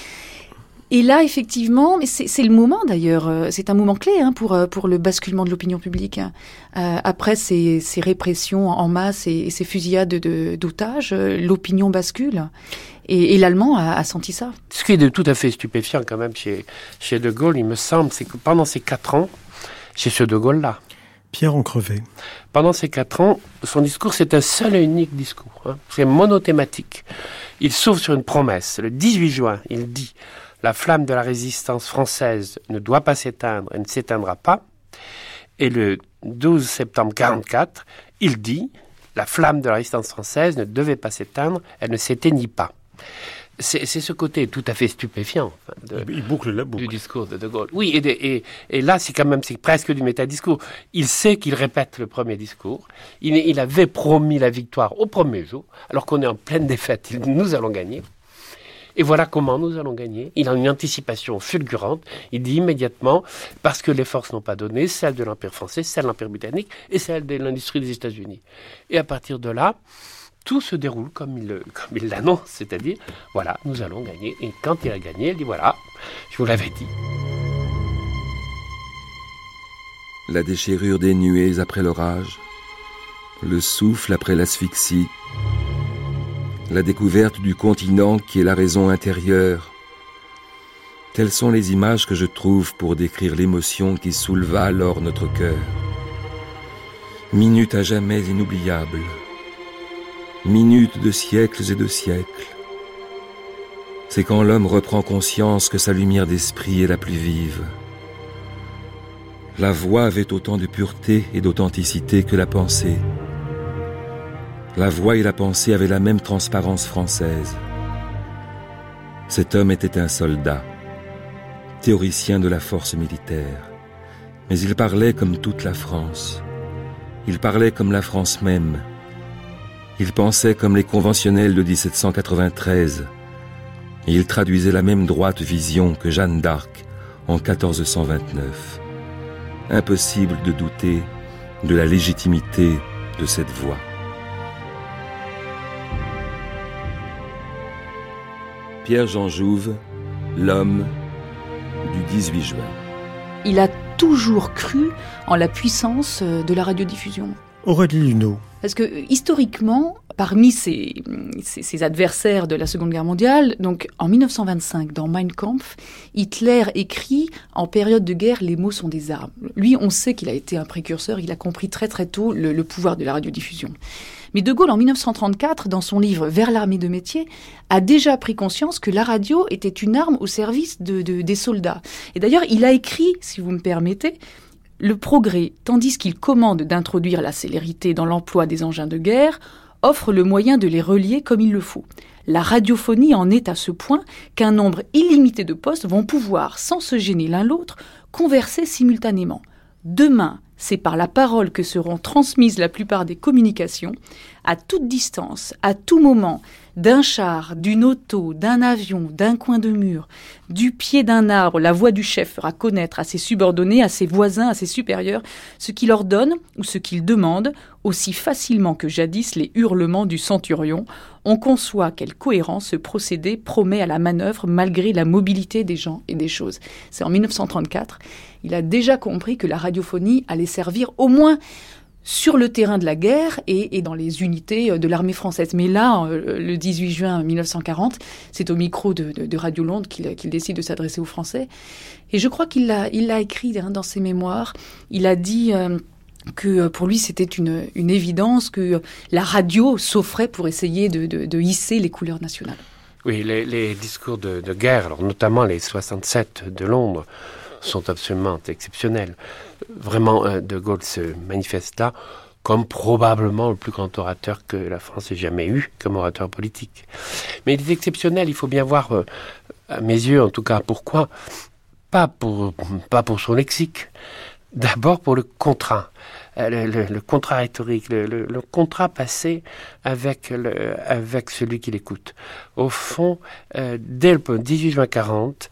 Et là, effectivement, mais c'est, c'est le moment d'ailleurs, c'est un moment clé hein, pour, pour le basculement de l'opinion publique. Hein. Euh, après ces, ces répressions en masse et, et ces fusillades de, d'otages, l'opinion bascule. Et, et l'Allemand a, a senti ça. Ce qui est de tout à fait stupéfiant quand même chez, chez De Gaulle, il me semble, c'est que pendant ces quatre ans, chez ce De Gaulle-là, Pierre Ancrevet. Pendant ces quatre ans, son discours, c'est un seul et unique discours. Hein. C'est monothématique. Il s'ouvre sur une promesse. Le dix-huit juin, il dit « La flamme de la résistance française ne doit pas s'éteindre et ne s'éteindra pas ». Et le douze septembre quarante-quatre, il dit « La flamme de la résistance française ne devait pas s'éteindre, elle ne s'éteignit pas ». C'est, c'est ce côté tout à fait stupéfiant enfin, de, il boucle la boucle. Du discours de De Gaulle. Oui, et, de, et, et là, c'est quand même c'est presque du métadiscours. Il sait qu'il répète le premier discours. Il, il avait promis la victoire au premier jour, alors qu'on est en pleine défaite. Il, nous allons gagner. Et voilà comment nous allons gagner. Il a une anticipation fulgurante. Il dit immédiatement, parce que les forces n'ont pas donné, celles de l'Empire français, celles de l'Empire britannique et celles de l'industrie des États-Unis. Et à partir de là, tout se déroule comme il, comme il l'annonce, c'est-à-dire, voilà, nous allons gagner. Et quand il a gagné, il dit, voilà, je vous l'avais dit. La déchirure des nuées après l'orage, le souffle après l'asphyxie, la découverte du continent qui est la raison intérieure. Telles sont les images que je trouve pour décrire l'émotion qui souleva alors notre cœur. Minute à jamais inoubliable. Minutes de siècles et de siècles. C'est quand l'homme reprend conscience que sa lumière d'esprit est la plus vive. La voix avait autant de pureté et d'authenticité que la pensée. La voix et la pensée avaient la même transparence française. Cet homme était un soldat, théoricien de la force militaire, mais il parlait comme toute la France. Il parlait comme la France même. Il pensait comme les conventionnels de dix-sept cent quatre-vingt-treize, et il traduisait la même droite vision que Jeanne d'Arc en quatorze cent vingt-neuf. Impossible de douter de la légitimité de cette voix. Pierre-Jean Jouve, l'homme du dix-huit juin. Il a toujours cru en la puissance de la radiodiffusion. Aurélie Luneau. Parce que historiquement, parmi ses, ses, ses adversaires de la Seconde Guerre mondiale, donc en dix-neuf cent vingt-cinq, dans Mein Kampf, Hitler écrit « En période de guerre, les mots sont des armes ». Lui, on sait qu'il a été un précurseur, il a compris très très tôt le, le pouvoir de la radiodiffusion. Mais De Gaulle, en dix-neuf cent trente-quatre, dans son livre « Vers l'armée de métier », a déjà pris conscience que la radio était une arme au service de, de, des soldats. Et d'ailleurs, il a écrit, si vous me permettez, le progrès, tandis qu'il commande d'introduire la célérité dans l'emploi des engins de guerre, offre le moyen de les relier comme il le faut. La radiophonie en est à ce point qu'un nombre illimité de postes vont pouvoir, sans se gêner l'un l'autre, converser simultanément. Demain, c'est par la parole que seront transmises la plupart des communications, à toute distance, à tout moment, d'un char, d'une auto, d'un avion, d'un coin de mur, du pied d'un arbre, la voix du chef fera connaître à ses subordonnés, à ses voisins, à ses supérieurs, ce qu'il ordonne ou ce qu'il demande, aussi facilement que jadis les hurlements du centurion. On conçoit quelle cohérence ce procédé promet à la manœuvre malgré la mobilité des gens et des choses. C'est en mille neuf cent trente-quatre. Il a déjà compris que la radiophonie allait servir au moins sur le terrain de la guerre et, et dans les unités de l'armée française. Mais là, le dix-huit juin mille neuf cent quarante, c'est au micro de, de, de Radio Londres qu'il, qu'il décide de s'adresser aux Français. Et je crois qu'il l'a, il l'a écrit hein, dans ses mémoires. Il a dit euh, que pour lui, c'était une, une évidence que la radio s'offrait pour essayer de, de, de hisser les couleurs nationales. Oui, les, les discours de, de guerre, alors notamment les soixante-sept de Londres, sont absolument exceptionnels. Vraiment, De Gaulle se manifeste là comme probablement le plus grand orateur que la France ait jamais eu comme orateur politique. Mais il est exceptionnel, il faut bien voir, euh, à mes yeux en tout cas, pourquoi. Pas pour, pas pour son lexique, d'abord pour le contrat. Le, le, le contrat rhétorique, le, le, le contrat passé avec, le, avec celui qui l'écoute. Au fond, euh, dès le dix-huit juin quarante,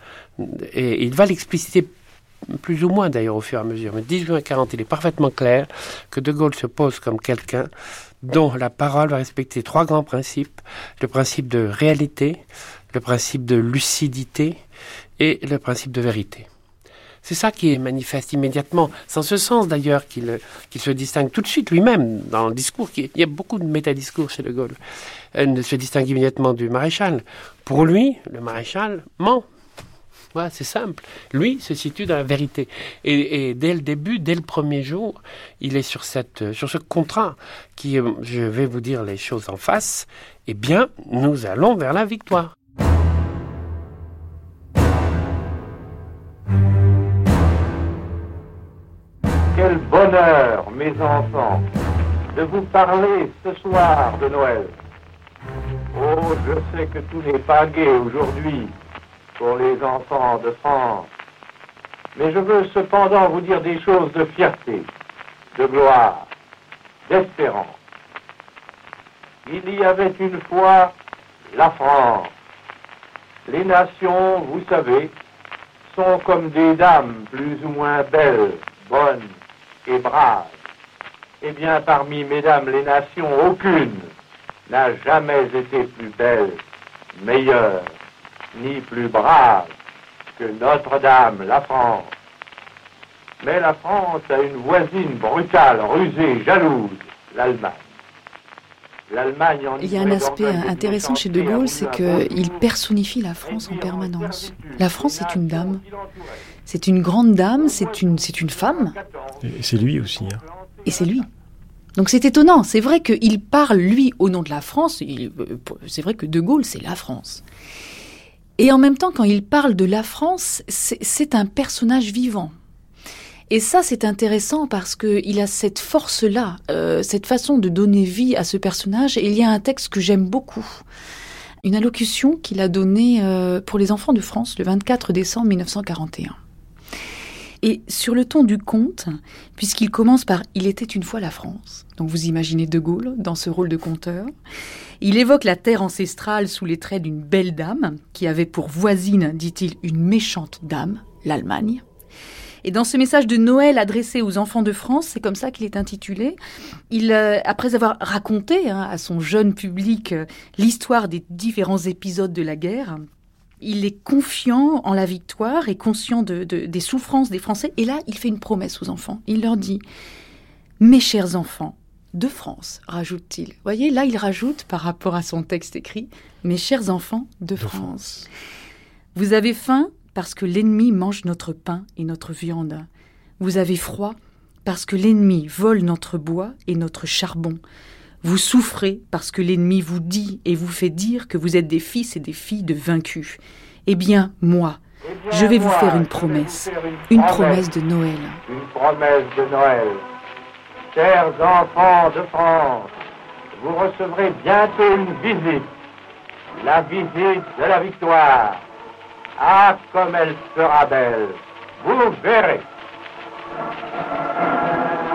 et il va l'expliciter plus ou moins d'ailleurs au fur et à mesure, mais dix-huit juin quarante, il est parfaitement clair que De Gaulle se pose comme quelqu'un dont la parole va respecter trois grands principes: le principe de réalité, le principe de lucidité et le principe de vérité. C'est ça qui est manifeste immédiatement. C'est en ce sens d'ailleurs qu'il, qu'il se distingue tout de suite lui-même dans le discours. Il y a beaucoup de métadiscours chez De Gaulle. Il se distingue immédiatement du maréchal. Pour lui, le maréchal ment. Voilà, c'est simple. Lui se situe dans la vérité. Et, et dès le début, dès le premier jour, il est sur, cette, sur ce contrat qui, je vais vous dire les choses en face, eh bien, nous allons vers la victoire. Quel bonheur, mes enfants, de vous parler ce soir de Noël. Oh, je sais que tout n'est pas gai aujourd'hui pour les enfants de France. Mais je veux cependant vous dire des choses de fierté, de gloire, d'espérance. Il y avait une fois la France. Les nations, vous savez, sont comme des dames plus ou moins belles, bonnes et braves. Eh bien, parmi mesdames les nations, aucune n'a jamais été plus belle, meilleure, ni plus brave que Notre-Dame, la France. Mais la France a une voisine brutale, rusée, jalouse, l'Allemagne. L'Allemagne en Il y a un aspect intéressant chez De Gaulle, c'est qu'il personnifie la France en permanence. La France est une dame. C'est une grande dame, c'est une, c'est une femme. Et c'est lui aussi. Hein. Et c'est lui. Donc c'est étonnant. C'est vrai qu'il parle, lui, au nom de la France. Il, c'est vrai que De Gaulle, c'est la France. Et en même temps, quand il parle de la France, c'est, c'est un personnage vivant. Et ça, c'est intéressant parce qu'il a cette force-là, euh, cette façon de donner vie à ce personnage. Et il y a un texte que j'aime beaucoup. Une allocution qu'il a donnée euh, pour les enfants de France le vingt-quatre décembre mille neuf cent quarante et un. Et sur le ton du conte, puisqu'il commence par « Il était une fois la France ». Donc vous imaginez De Gaulle dans ce rôle de conteur. Il évoque la terre ancestrale sous les traits d'une belle dame qui avait pour voisine, dit-il, une méchante dame, l'Allemagne. Et dans ce message de Noël adressé aux enfants de France, c'est comme ça qu'il est intitulé, il, euh, après avoir raconté hein, à son jeune public euh, l'histoire des différents épisodes de la guerre, il est confiant en la victoire et conscient de, de, des souffrances des Français. Et là, il fait une promesse aux enfants. Il leur dit « Mes chers enfants, de France », rajoute-t-il. Vous voyez, là, il rajoute, par rapport à son texte écrit, « Mes chers enfants de, de France. France. Vous avez faim parce que l'ennemi mange notre pain et notre viande. Vous avez froid parce que l'ennemi vole notre bois et notre charbon. Vous souffrez parce que l'ennemi vous dit et vous fait dire que vous êtes des fils et des filles de vaincus. Eh bien, moi, eh bien, je vais moi, vous faire une promesse, faire une, une promesse, promesse de Noël. Une promesse de Noël. Chers enfants de France, vous recevrez bientôt une visite, la visite de la victoire. Ah, comme elle sera belle, vous verrez.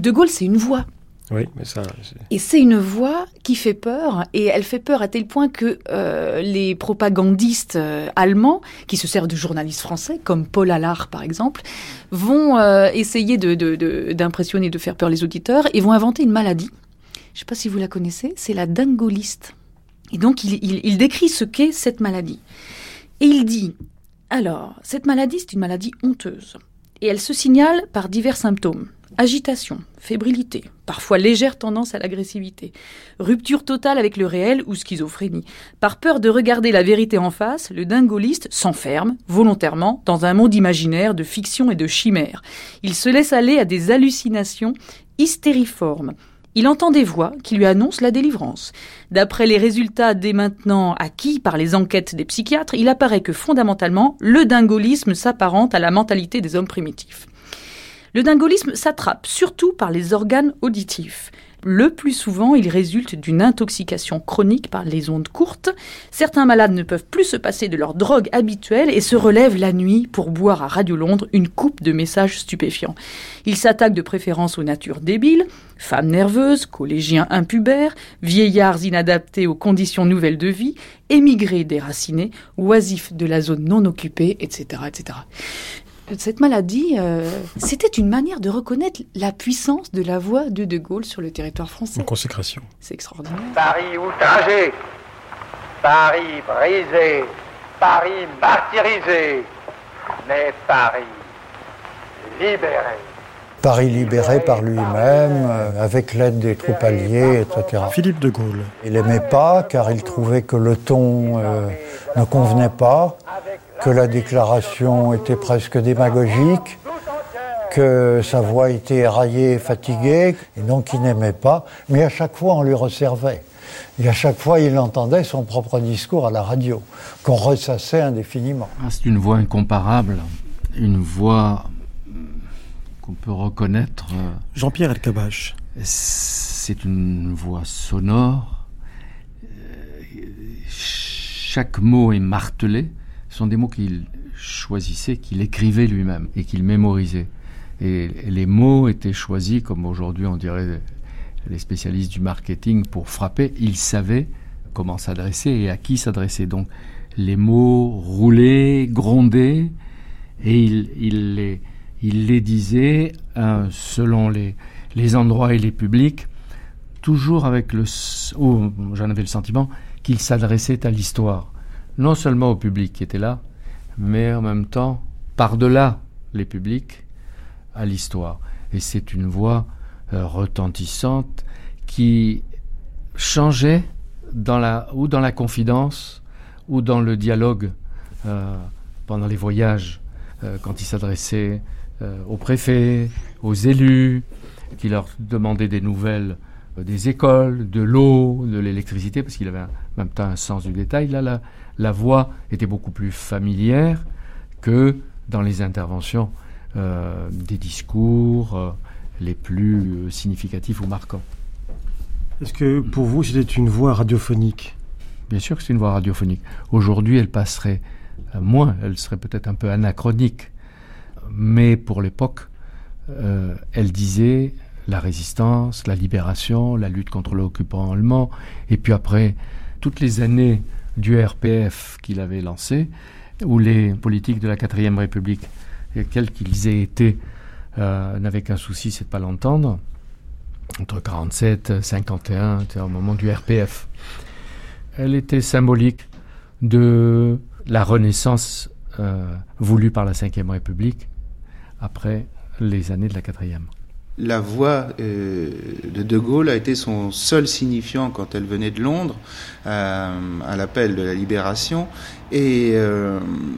De Gaulle, c'est une voix. Oui, mais ça... C'est... Et c'est une voix qui fait peur, et elle fait peur à tel point que euh, les propagandistes euh, allemands, qui se servent de journalistes français, comme Paul Allard par exemple, vont euh, essayer de, de, de, d'impressionner, de faire peur les auditeurs, et vont inventer une maladie. Je ne sais pas si vous la connaissez, c'est la dingoliste. Et donc il, il, il décrit ce qu'est cette maladie. Et il dit, alors, cette maladie, c'est une maladie honteuse, et elle se signale par divers symptômes. Agitation, fébrilité, parfois légère tendance à l'agressivité, rupture totale avec le réel ou schizophrénie. Par peur de regarder la vérité en face, le dingoliste s'enferme, volontairement, dans un monde imaginaire de fiction et de chimères. Il se laisse aller à des hallucinations hystériformes. Il entend des voix qui lui annoncent la délivrance. D'après les résultats dès maintenant acquis par les enquêtes des psychiatres, il apparaît que fondamentalement, le dingolisme s'apparente à la mentalité des hommes primitifs. Le dingolisme s'attrape surtout par les organes auditifs. Le plus souvent, il résulte d'une intoxication chronique par les ondes courtes. Certains malades ne peuvent plus se passer de leur drogue habituelle et se relèvent la nuit pour boire à Radio Londres une coupe de messages stupéfiants. Ils s'attaquent de préférence aux natures débiles, femmes nerveuses, collégiens impubères, vieillards inadaptés aux conditions nouvelles de vie, émigrés déracinés, oisifs de la zone non occupée, et cetera, et cetera. Cette maladie, euh, c'était une manière de reconnaître la puissance de la voix de De Gaulle sur le territoire français. Une consécration. C'est extraordinaire. Paris outragé, Paris brisé, Paris martyrisé, mais Paris libéré. Paris libéré par lui-même, euh, avec l'aide des troupes alliées, et cetera. Philippe de Gaulle. Il n'aimait pas, car il trouvait que le ton euh, ne convenait pas, que la déclaration était presque démagogique, que sa voix était éraillée et fatiguée, et donc il n'aimait pas. Mais à chaque fois, on lui resservait. Et à chaque fois, il entendait son propre discours à la radio, qu'on ressassait indéfiniment. Ah, c'est une voix incomparable, une voix qu'on peut reconnaître. Jean-Pierre Elkabbach. C'est une voix sonore. Chaque mot est martelé. Ce sont des mots qu'il choisissait, qu'il écrivait lui-même et qu'il mémorisait. Et les mots étaient choisis, comme aujourd'hui on dirait les spécialistes du marketing, pour frapper. Il savait comment s'adresser et à qui s'adresser. Donc les mots roulaient, grondaient, et il, il, les, il les disait hein, selon les, les endroits et les publics, toujours avec le... Oh, j'en avais le sentiment qu'il s'adressait à l'histoire. Non seulement au public qui était là, mais en même temps, par-delà les publics, à l'histoire. Et c'est une voix euh, retentissante qui changeait dans la, ou dans la confidence, ou dans le dialogue euh, pendant les voyages, euh, quand il s'adressait euh, aux préfets, aux élus, qui leur demandait des nouvelles euh, des écoles, de l'eau, de l'électricité, parce qu'il avait en même temps un sens du détail. Là, la, la voix était beaucoup plus familière que dans les interventions euh, des discours euh, les plus euh, significatifs ou marquants. Est-ce que pour vous, c'était une voix radiophonique ? Bien sûr que c'est une voix radiophonique. Aujourd'hui, elle passerait euh, moins, elle serait peut-être un peu anachronique. Mais pour l'époque, euh, elle disait la résistance, la libération, la lutte contre l'occupant allemand. Et puis après, toutes les années du R P F qu'il avait lancé, où les politiques de la quatrième République, quels qu'ils aient été, euh, n'avaient qu'un souci, c'est de ne pas l'entendre, entre quarante-sept, cinquante et un, au moment du R P F. Elle était symbolique de la renaissance euh, voulue par la cinquième République après les années de la quatrième. La voix euh, de De Gaulle a été son seul signifiant quand elle venait de Londres, euh, à l'appel de la Libération. Et, euh,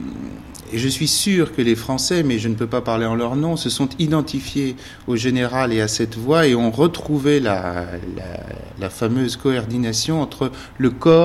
et je suis sûr que les Français, mais je ne peux pas parler en leur nom, se sont identifiés au général et à cette voix et ont retrouvé la, la, la fameuse coordination entre le corps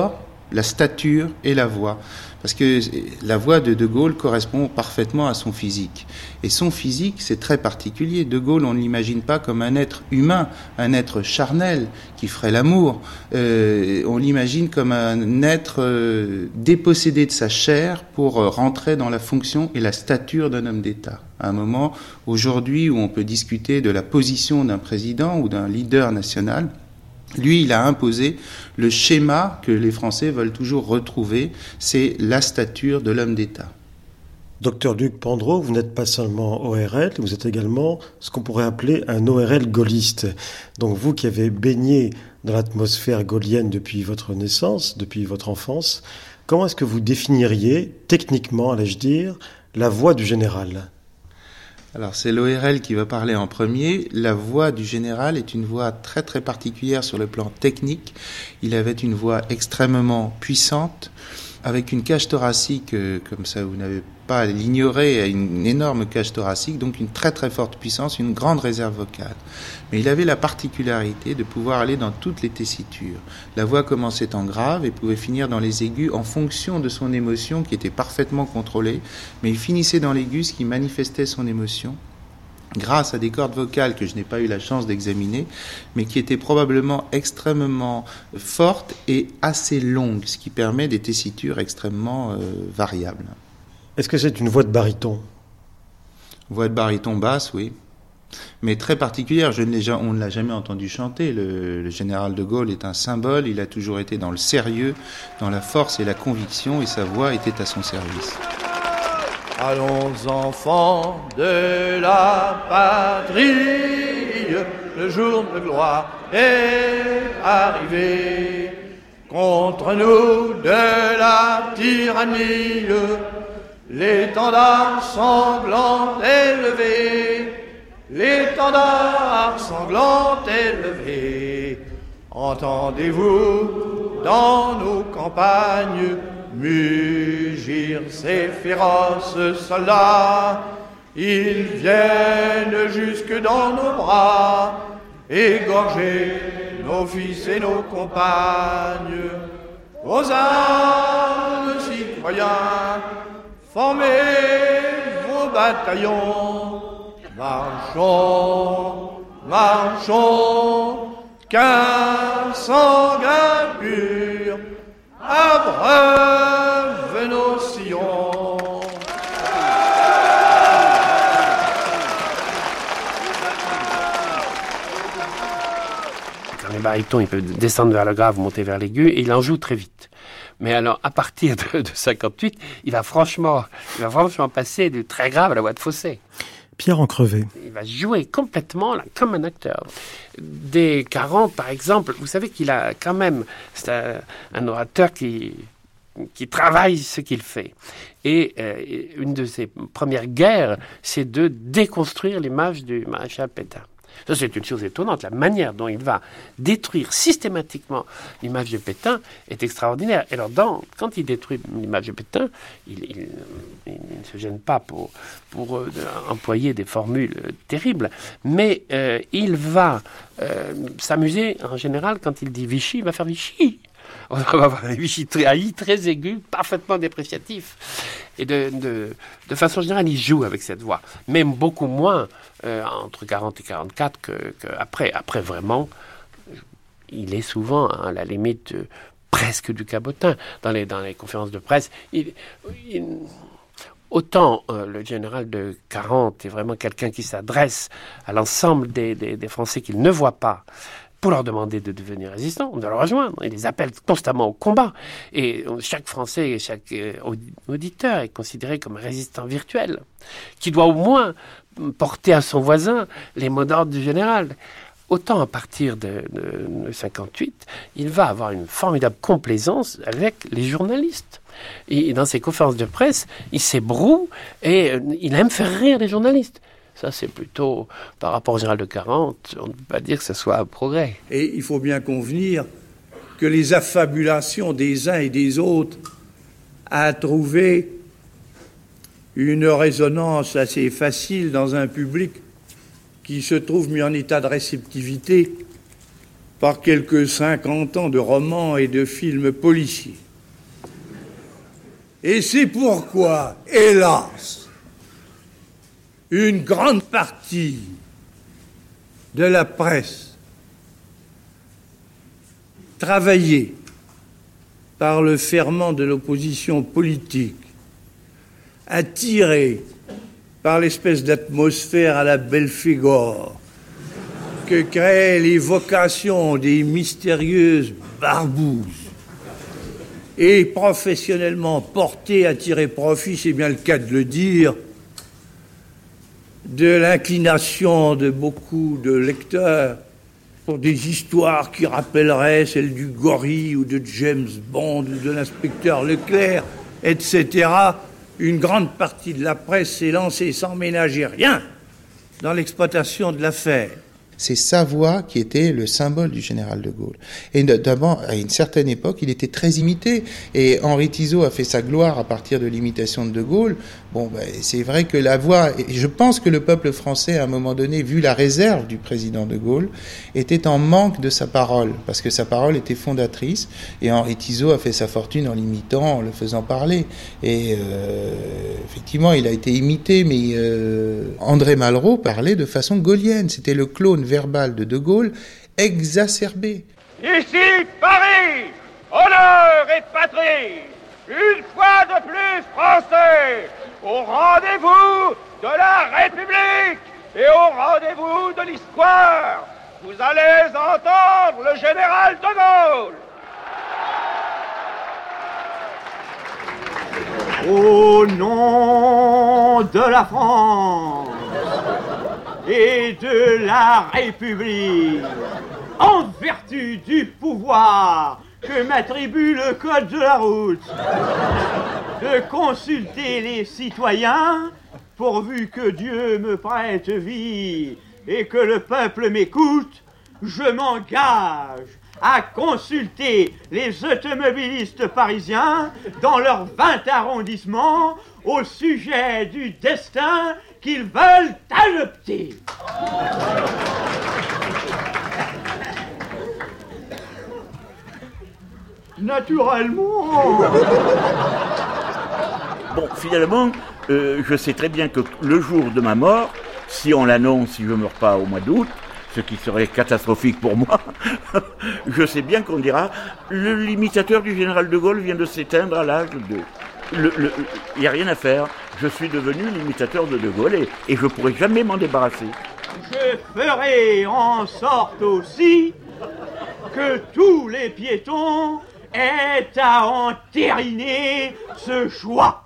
la stature et la voix. Parce que la voix de De Gaulle correspond parfaitement à son physique. Et son physique, c'est très particulier. De Gaulle, on ne l'imagine pas comme un être humain, un être charnel qui ferait l'amour. Euh, on l'imagine comme un être euh, dépossédé de sa chair pour euh, rentrer dans la fonction et la stature d'un homme d'État. À un moment, aujourd'hui, où on peut discuter de la position d'un président ou d'un leader national, lui, il a imposé le schéma que les Français veulent toujours retrouver, c'est la stature de l'homme d'État. Docteur Luc Pandreau, vous n'êtes pas seulement O R L, vous êtes également ce qu'on pourrait appeler un O R L gaulliste. Donc vous qui avez baigné dans l'atmosphère gaulienne depuis votre naissance, depuis votre enfance, comment est-ce que vous définiriez, techniquement, allais-je dire, la voix du général ? Alors c'est l'O R L qui va parler en premier. La voix du général est une voix très très particulière sur le plan technique. Il avait une voix extrêmement puissante, avec une cage thoracique, euh, comme ça vous n'avez pas à l'ignorer, une énorme cage thoracique, donc une très très forte puissance, une grande réserve vocale. Mais il avait la particularité de pouvoir aller dans toutes les tessitures. La voix commençait en grave et pouvait finir dans les aigus en fonction de son émotion qui était parfaitement contrôlée, mais il finissait dans l'aigu, ce qui manifestait son émotion, grâce à des cordes vocales que je n'ai pas eu la chance d'examiner, mais qui étaient probablement extrêmement fortes et assez longues, ce qui permet des tessitures extrêmement euh, variables. Est-ce que c'est une voix de baryton ? Voix de baryton basse, oui. Mais très particulière, je ne l'ai, on ne l'a jamais entendu chanter. Le, le général de Gaulle est un symbole, il a toujours été dans le sérieux, dans la force et la conviction, et sa voix était à son service. Allons enfants de la patrie, le jour de gloire est arrivé. Contre nous de la tyrannie, l'étendard sanglant est levé, l'étendard sanglant est levé. Entendez-vous dans nos campagnes mugir ces féroces soldats? Ils viennent jusque dans nos bras, égorger nos fils et nos compagnes. Aux armes, citoyens, formez vos bataillons. Marchons, marchons, qu'un sanguin pur abreuve nos sillons. Quand les barytons, ils peuvent descendre vers le grave, monter vers l'aigu, et il en joue très vite. Mais alors, à partir de, de cinquante-huit, il va franchement, il va franchement passer du très grave à la voix de fausset. Pierre Encrevé. Il va jouer complètement là, comme un acteur. Dès quarante, par exemple, vous savez qu'il a quand même... C'est un, un orateur qui, qui travaille ce qu'il fait. Et euh, une de ses premières guerres, c'est de déconstruire l'image du maréchal Pétain. Ça, c'est une chose étonnante. La manière dont il va détruire systématiquement l'image de Pétain est extraordinaire. Et alors, dans, quand il détruit l'image de Pétain, il, il, il ne se gêne pas pour, pour euh, employer des formules euh, terribles, mais euh, il va euh, s'amuser, en général, quand il dit Vichy, il va faire Vichy. On va avoir un Vichy très haï, très aigu, parfaitement dépréciatif. Et de, de, de façon générale, il joue avec cette voix. Même beaucoup moins euh, entre quarante et quarante-quatre qu'après. Que Après, vraiment, il est souvent à la limite euh, presque du cabotin. Dans les, dans les conférences de presse, il, il, autant euh, le général de quarante est vraiment quelqu'un qui s'adresse à l'ensemble des, des, des Français qu'il ne voit pas, pour leur demander de devenir résistants, de le rejoindre. Il les appelle constamment au combat. Et chaque Français et chaque auditeur est considéré comme un résistant virtuel, qui doit au moins porter à son voisin les mots d'ordre du général. Autant à partir de, de, de cinquante-huit, il va avoir une formidable complaisance avec les journalistes. Et dans ses conférences de presse, il s'ébroue et il aime faire rire les journalistes. Ça, c'est plutôt, par rapport au général de quarante, on ne peut pas dire que ce soit un progrès. Et il faut bien convenir que les affabulations des uns et des autres a trouvé une résonance assez facile dans un public qui se trouve mis en état de réceptivité par quelques cinquante ans de romans et de films policiers. Et c'est pourquoi, hélas, une grande partie de la presse, travaillée par le ferment de l'opposition politique, attirée par l'espèce d'atmosphère à la Belphégor que créent l'évocation des mystérieuses barbouzes, et professionnellement portée à tirer profit, c'est bien le cas de le dire, de l'inclination de beaucoup de lecteurs pour des histoires qui rappelleraient celles du gorille ou de James Bond ou de l'inspecteur Leclerc, et cetera. Une grande partie de la presse s'est lancée sans ménager rien dans l'exploitation de l'affaire. C'est sa voix qui était le symbole du général de Gaulle. Et notamment, à une certaine époque, il était très imité. Et Henri Tizot a fait sa gloire à partir de l'imitation de de Gaulle. Bon, ben, c'est vrai que la voix... Et je pense que le peuple français, à un moment donné, vu la réserve du président de Gaulle, était en manque de sa parole. Parce que sa parole était fondatrice. Et Henri Tizot a fait sa fortune en l'imitant, en le faisant parler. Et euh, effectivement, il a été imité. Mais euh, André Malraux parlait de façon gaullienne. C'était le clone verbal de de Gaulle exacerbé. Ici Paris, honneur et patrie, une fois de plus français, au rendez-vous de la République et au rendez-vous de l'histoire. Vous allez entendre le général de Gaulle. Au nom de la France et de la République, en vertu du pouvoir que m'attribue le code de la route, de consulter les citoyens, pourvu que Dieu me prête vie et que le peuple m'écoute, je m'engage à consulter les automobilistes parisiens dans leurs vingt arrondissements au sujet du destin qu'ils veulent adopter. Naturellement. Bon, finalement, euh, je sais très bien que le jour de ma mort, si on l'annonce, si je ne meurs pas au mois d'août, ce qui serait catastrophique pour moi, je sais bien qu'on dira le l'imitateur du général de Gaulle vient de s'éteindre à l'âge de... Il n'y a rien à faire. Je suis devenu l'imitateur de de Gaulle et, et je ne pourrai jamais m'en débarrasser. Je ferai en sorte aussi que tous les piétons aient à entériner ce choix.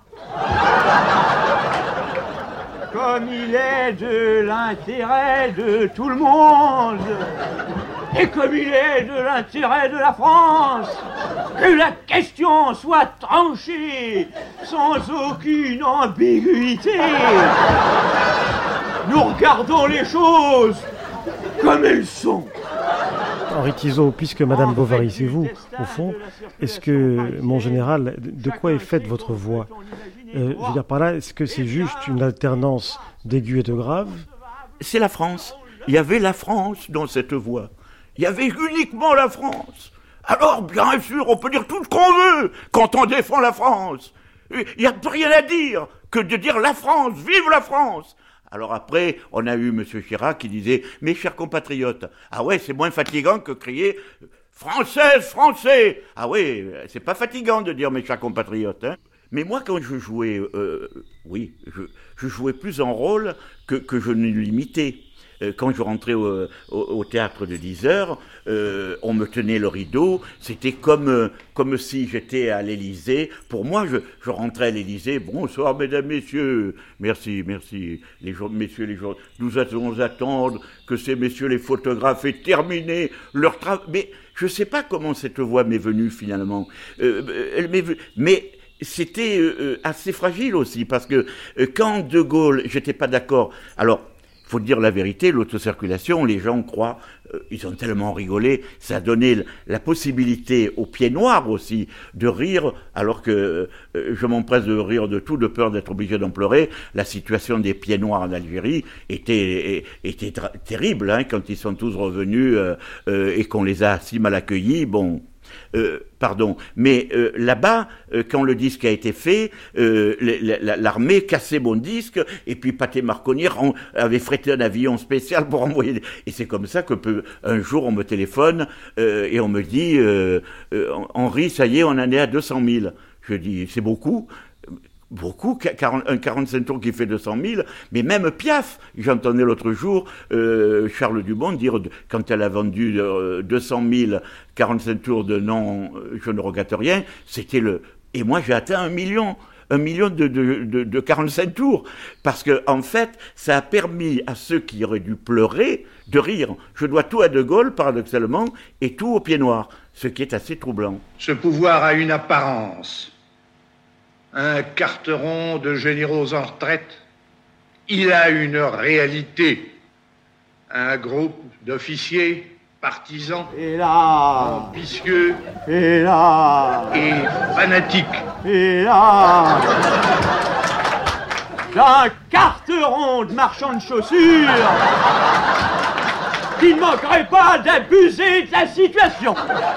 Comme il est de l'intérêt de tout le monde, et comme il est de l'intérêt de la France, que la question soit tranchée sans aucune ambiguïté. Nous regardons les choses comme elles sont. Henri Tizot, puisque Madame Bovary, c'est vous, au fond, est-ce que, mon général, de quoi est faite votre voix ? euh, Je veux dire par là, est-ce que c'est juste une alternance d'aigu et de grave ? C'est la France. Il y avait la France dans cette voix. Il y avait uniquement la France. Alors, bien sûr, on peut dire tout ce qu'on veut quand on défend la France. Il n'y a plus rien à dire que de dire la France, vive la France. Alors après, on a eu M. Chirac qui disait « Mes chers compatriotes, ah ouais, c'est moins fatigant que crier « Française, Français !» Ah ouais, c'est pas fatigant de dire « Mes chers compatriotes hein. !» Mais moi, quand je jouais, euh, oui, je, je jouais plus en rôle que, que je ne l'imitais. Quand je rentrais au, au, au théâtre de dix heures, euh, on me tenait le rideau, c'était comme, comme si j'étais à l'Élysée. Pour moi, je, je rentrais à l'Élysée, bonsoir mesdames, messieurs, merci, merci, les gens, messieurs, les gens, nous allons attendre que ces messieurs les photographes aient terminé leur travail. Mais je ne sais pas comment cette voix m'est venue finalement, euh, elle m'est venue, mais... C'était euh, assez fragile aussi, parce que euh, quand De Gaulle, j'étais pas d'accord, alors... Il faut dire la vérité, l'autocirculation, les gens croient, euh, ils ont tellement rigolé, ça a donné la possibilité aux pieds noirs aussi de rire, alors que euh, je m'empresse de rire de tout, de peur d'être obligé d'en pleurer. La situation des pieds noirs en Algérie était, était terrible, hein, quand ils sont tous revenus euh, euh, et qu'on les a si mal accueillis. Bon, Euh, pardon, mais euh, là-bas, euh, quand le disque a été fait, euh, l'armée cassait mon disque, et puis Pathé Marconi avait frété un avion spécial pour envoyer... Et c'est comme ça que peu, un jour, on me téléphone, euh, et on me dit, euh, euh, Henri, ça y est, on en est à deux cent mille. Je dis, c'est beaucoup. Beaucoup, un quarante-cinq tours qui fait deux cent mille, mais même Piaf, j'entendais l'autre jour euh, Charles Dumont dire, quand elle a vendu euh, deux cent mille quarante-cinq tours de non, euh, je ne regrette rien, c'était le... Et moi j'ai atteint un million, un million de, de, de, de quarante-cinq tours, parce que en fait, ça a permis à ceux qui auraient dû pleurer de rire. Je dois tout à De Gaulle, paradoxalement, et tout au Pied Noir, ce qui est assez troublant. Ce pouvoir a une apparence. Un carteron de généraux en retraite, il a une réalité. Un groupe d'officiers partisans, et là, ambitieux, et là, et fanatiques. Et là, un carteron de marchands de chaussures qui ne manquerait pas d'abuser de la situation.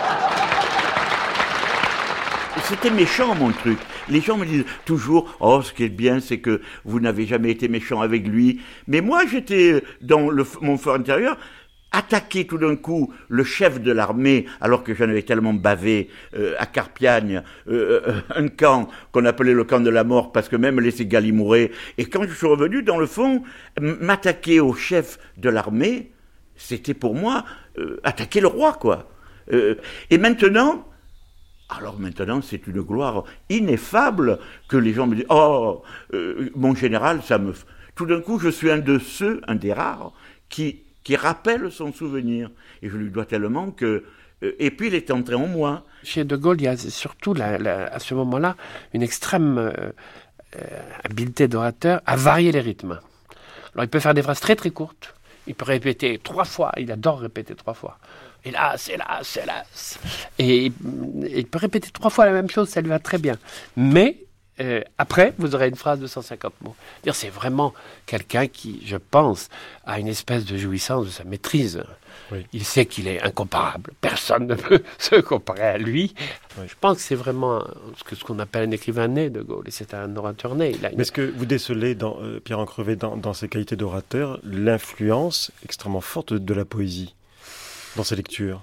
C'était méchant, mon truc. Les gens me disent toujours, oh, ce qui est bien, c'est que vous n'avez jamais été méchant avec lui. Mais moi, j'étais dans le, mon fort intérieur, attaquer tout d'un coup le chef de l'armée, alors que j'en avais tellement bavé euh, à Carpiagne, euh, euh, un camp qu'on appelait le camp de la mort, parce que même les Ségal y mouraient. Et quand je suis revenu, dans le fond, m'attaquer au chef de l'armée, c'était pour moi euh, attaquer le roi, quoi. Euh, et maintenant... Alors maintenant, c'est une gloire ineffable que les gens me disent « Oh, euh, mon général, ça me... » Tout d'un coup, je suis un de ceux, un des rares, qui, qui rappelle son souvenir. Et je lui dois tellement que... Euh, et puis, il est entré en moi. Chez De Gaulle, il y a surtout, la, la, à ce moment-là, une extrême euh, euh, habileté d'orateur à varier les rythmes. Alors, il peut faire des phrases très très courtes. Il peut répéter trois fois. Il adore répéter trois fois. Hélas, hélas, hélas. Et, et il peut répéter trois fois la même chose, ça lui va très bien. Mais euh, après, vous aurez une phrase de cent cinquante mots. Dire, c'est vraiment quelqu'un qui, je pense, a une espèce de jouissance de sa maîtrise. Oui. Il sait qu'il est incomparable. Personne ne peut se comparer à lui. Oui. Je pense que c'est vraiment ce, que, ce qu'on appelle un écrivain né, De Gaulle. Et c'est un orateur né. Il a une... Mais est-ce que vous décelez, dans, euh, Pierre Encrevé, dans, dans ses qualités d'orateur, l'influence extrêmement forte de, de la poésie dans ses lectures,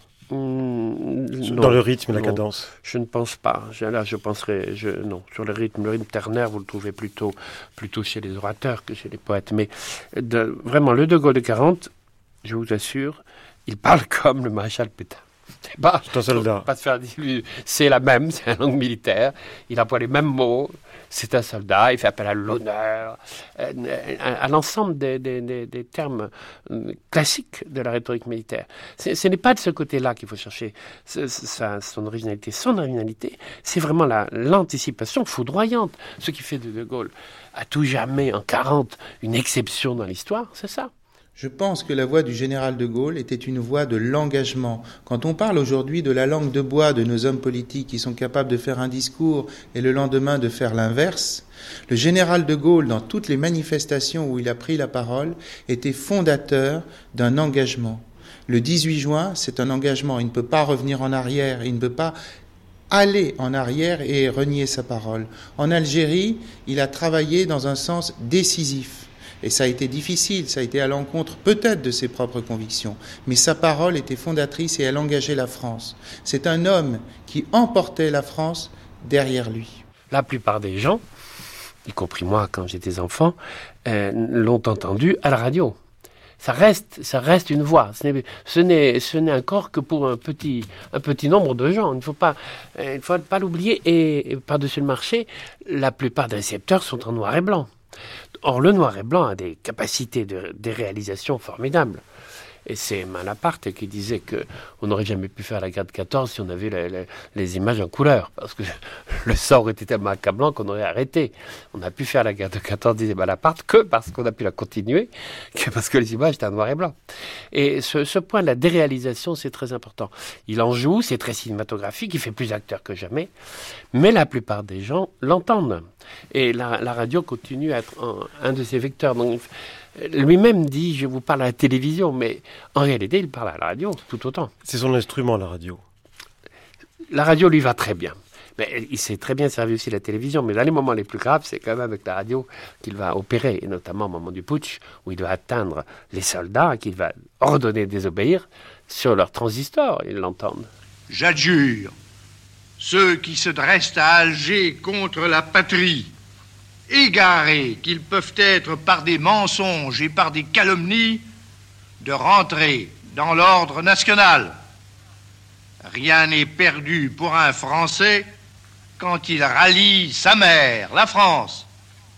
mmh, dans non, le rythme et la non, cadence? Je ne pense pas. Je, là, je penserais, je, non, sur le rythme, le rythme ternaire, vous le trouvez plutôt, plutôt chez les orateurs que chez les poètes. Mais de, vraiment, le De Gaulle de quarante, je vous assure, il parle comme le maréchal Pétain. C'est pas, c'est un soldat. Pas se faire dire, c'est la même, c'est la langue militaire. Il emploie les mêmes mots. C'est un soldat. Il fait appel à l'honneur, à, à l'ensemble des, des, des, des termes classiques de la rhétorique militaire. C'est, ce n'est pas de ce côté-là qu'il faut chercher ce, sa, son originalité. Son originalité, c'est vraiment la, l'anticipation foudroyante. Ce qui fait de De Gaulle à tout jamais en quarante une exception dans l'histoire, c'est ça. Je pense que la voix du général de Gaulle était une voix de l'engagement. Quand on parle aujourd'hui de la langue de bois de nos hommes politiques qui sont capables de faire un discours et le lendemain de faire l'inverse, le général de Gaulle, dans toutes les manifestations où il a pris la parole, était fondateur d'un engagement. Le dix-huit juin, c'est un engagement. Il ne peut pas revenir en arrière, il ne peut pas aller en arrière et renier sa parole. En Algérie, il a travaillé dans un sens décisif. Et ça a été difficile, ça a été à l'encontre peut-être de ses propres convictions, mais sa parole était fondatrice et elle engageait la France. C'est un homme qui emportait la France derrière lui. La plupart des gens, y compris moi quand j'étais enfant, euh, l'ont entendu à la radio. Ça reste, ça reste une voix. Ce n'est, ce n'est, ce n'est encore que pour un petit, un petit nombre de gens. Il ne faut pas, il ne faut pas l'oublier. Et, et par-dessus le marché, la plupart des récepteurs sont en noir et blanc. Or, le noir et blanc a des capacités de, de réalisation formidables. Et c'est Malaparte qui disait qu'on n'aurait jamais pu faire la guerre de quatorze si on avait les, les, les images en couleur. Parce que le sort aurait été tellement accablant qu'on aurait arrêté. On a pu faire la guerre de quatorze, disait Malaparte, que parce qu'on a pu la continuer, que parce que les images étaient en noir et blanc. Et ce, ce point de la déréalisation, c'est très important. Il en joue, c'est très cinématographique, il fait plus acteur que jamais. Mais la plupart des gens l'entendent. Et la, la radio continue à être un, un de ses vecteurs. Donc, lui-même dit, je vous parle à la télévision, mais en réalité, il parle à la radio tout autant. C'est son instrument, la radio. la radio lui va très bien. Mais il s'est très bien servi aussi de la télévision, mais dans les moments les plus graves, c'est quand même avec la radio qu'il va opérer, et notamment au moment du putsch, où il doit atteindre les soldats, et qu'il va ordonner de désobéir sur leur transistor, ils l'entendent. J'adjure ceux qui se dressent à Alger contre la patrie, égarés qu'ils peuvent être par des mensonges et par des calomnies, de rentrer dans l'ordre national. Rien n'est perdu pour un Français quand il rallie sa mère, la France.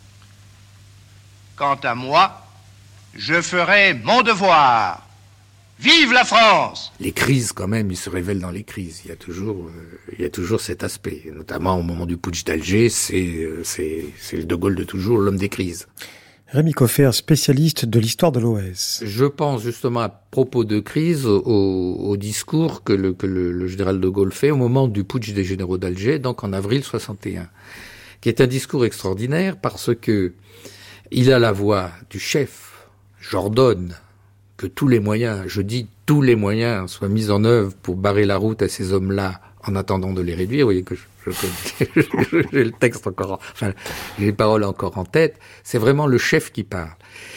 Quant à moi, je ferai mon devoir. Vive la France! Les crises, quand même, ils se révèlent dans les crises. Il y a toujours, euh, il y a toujours cet aspect. Notamment au moment du putsch d'Alger, c'est, euh, c'est, c'est le De Gaulle de toujours, l'homme des crises. Rémi Coffert, spécialiste de l'histoire de l'O S. Je pense justement à propos de crise au, au discours que, le, que le, le général de Gaulle fait au moment du putsch des généraux d'Alger, donc en avril soixante et un, qui est un discours extraordinaire parce que il a la voix du chef, j'ordonne que tous les moyens, je dis tous les moyens, soient mis en œuvre pour barrer la route à ces hommes-là en attendant de les réduire. Vous voyez que je, je, je, j'ai le texte encore, en, enfin, j'ai les paroles encore en tête. C'est vraiment le chef qui parle.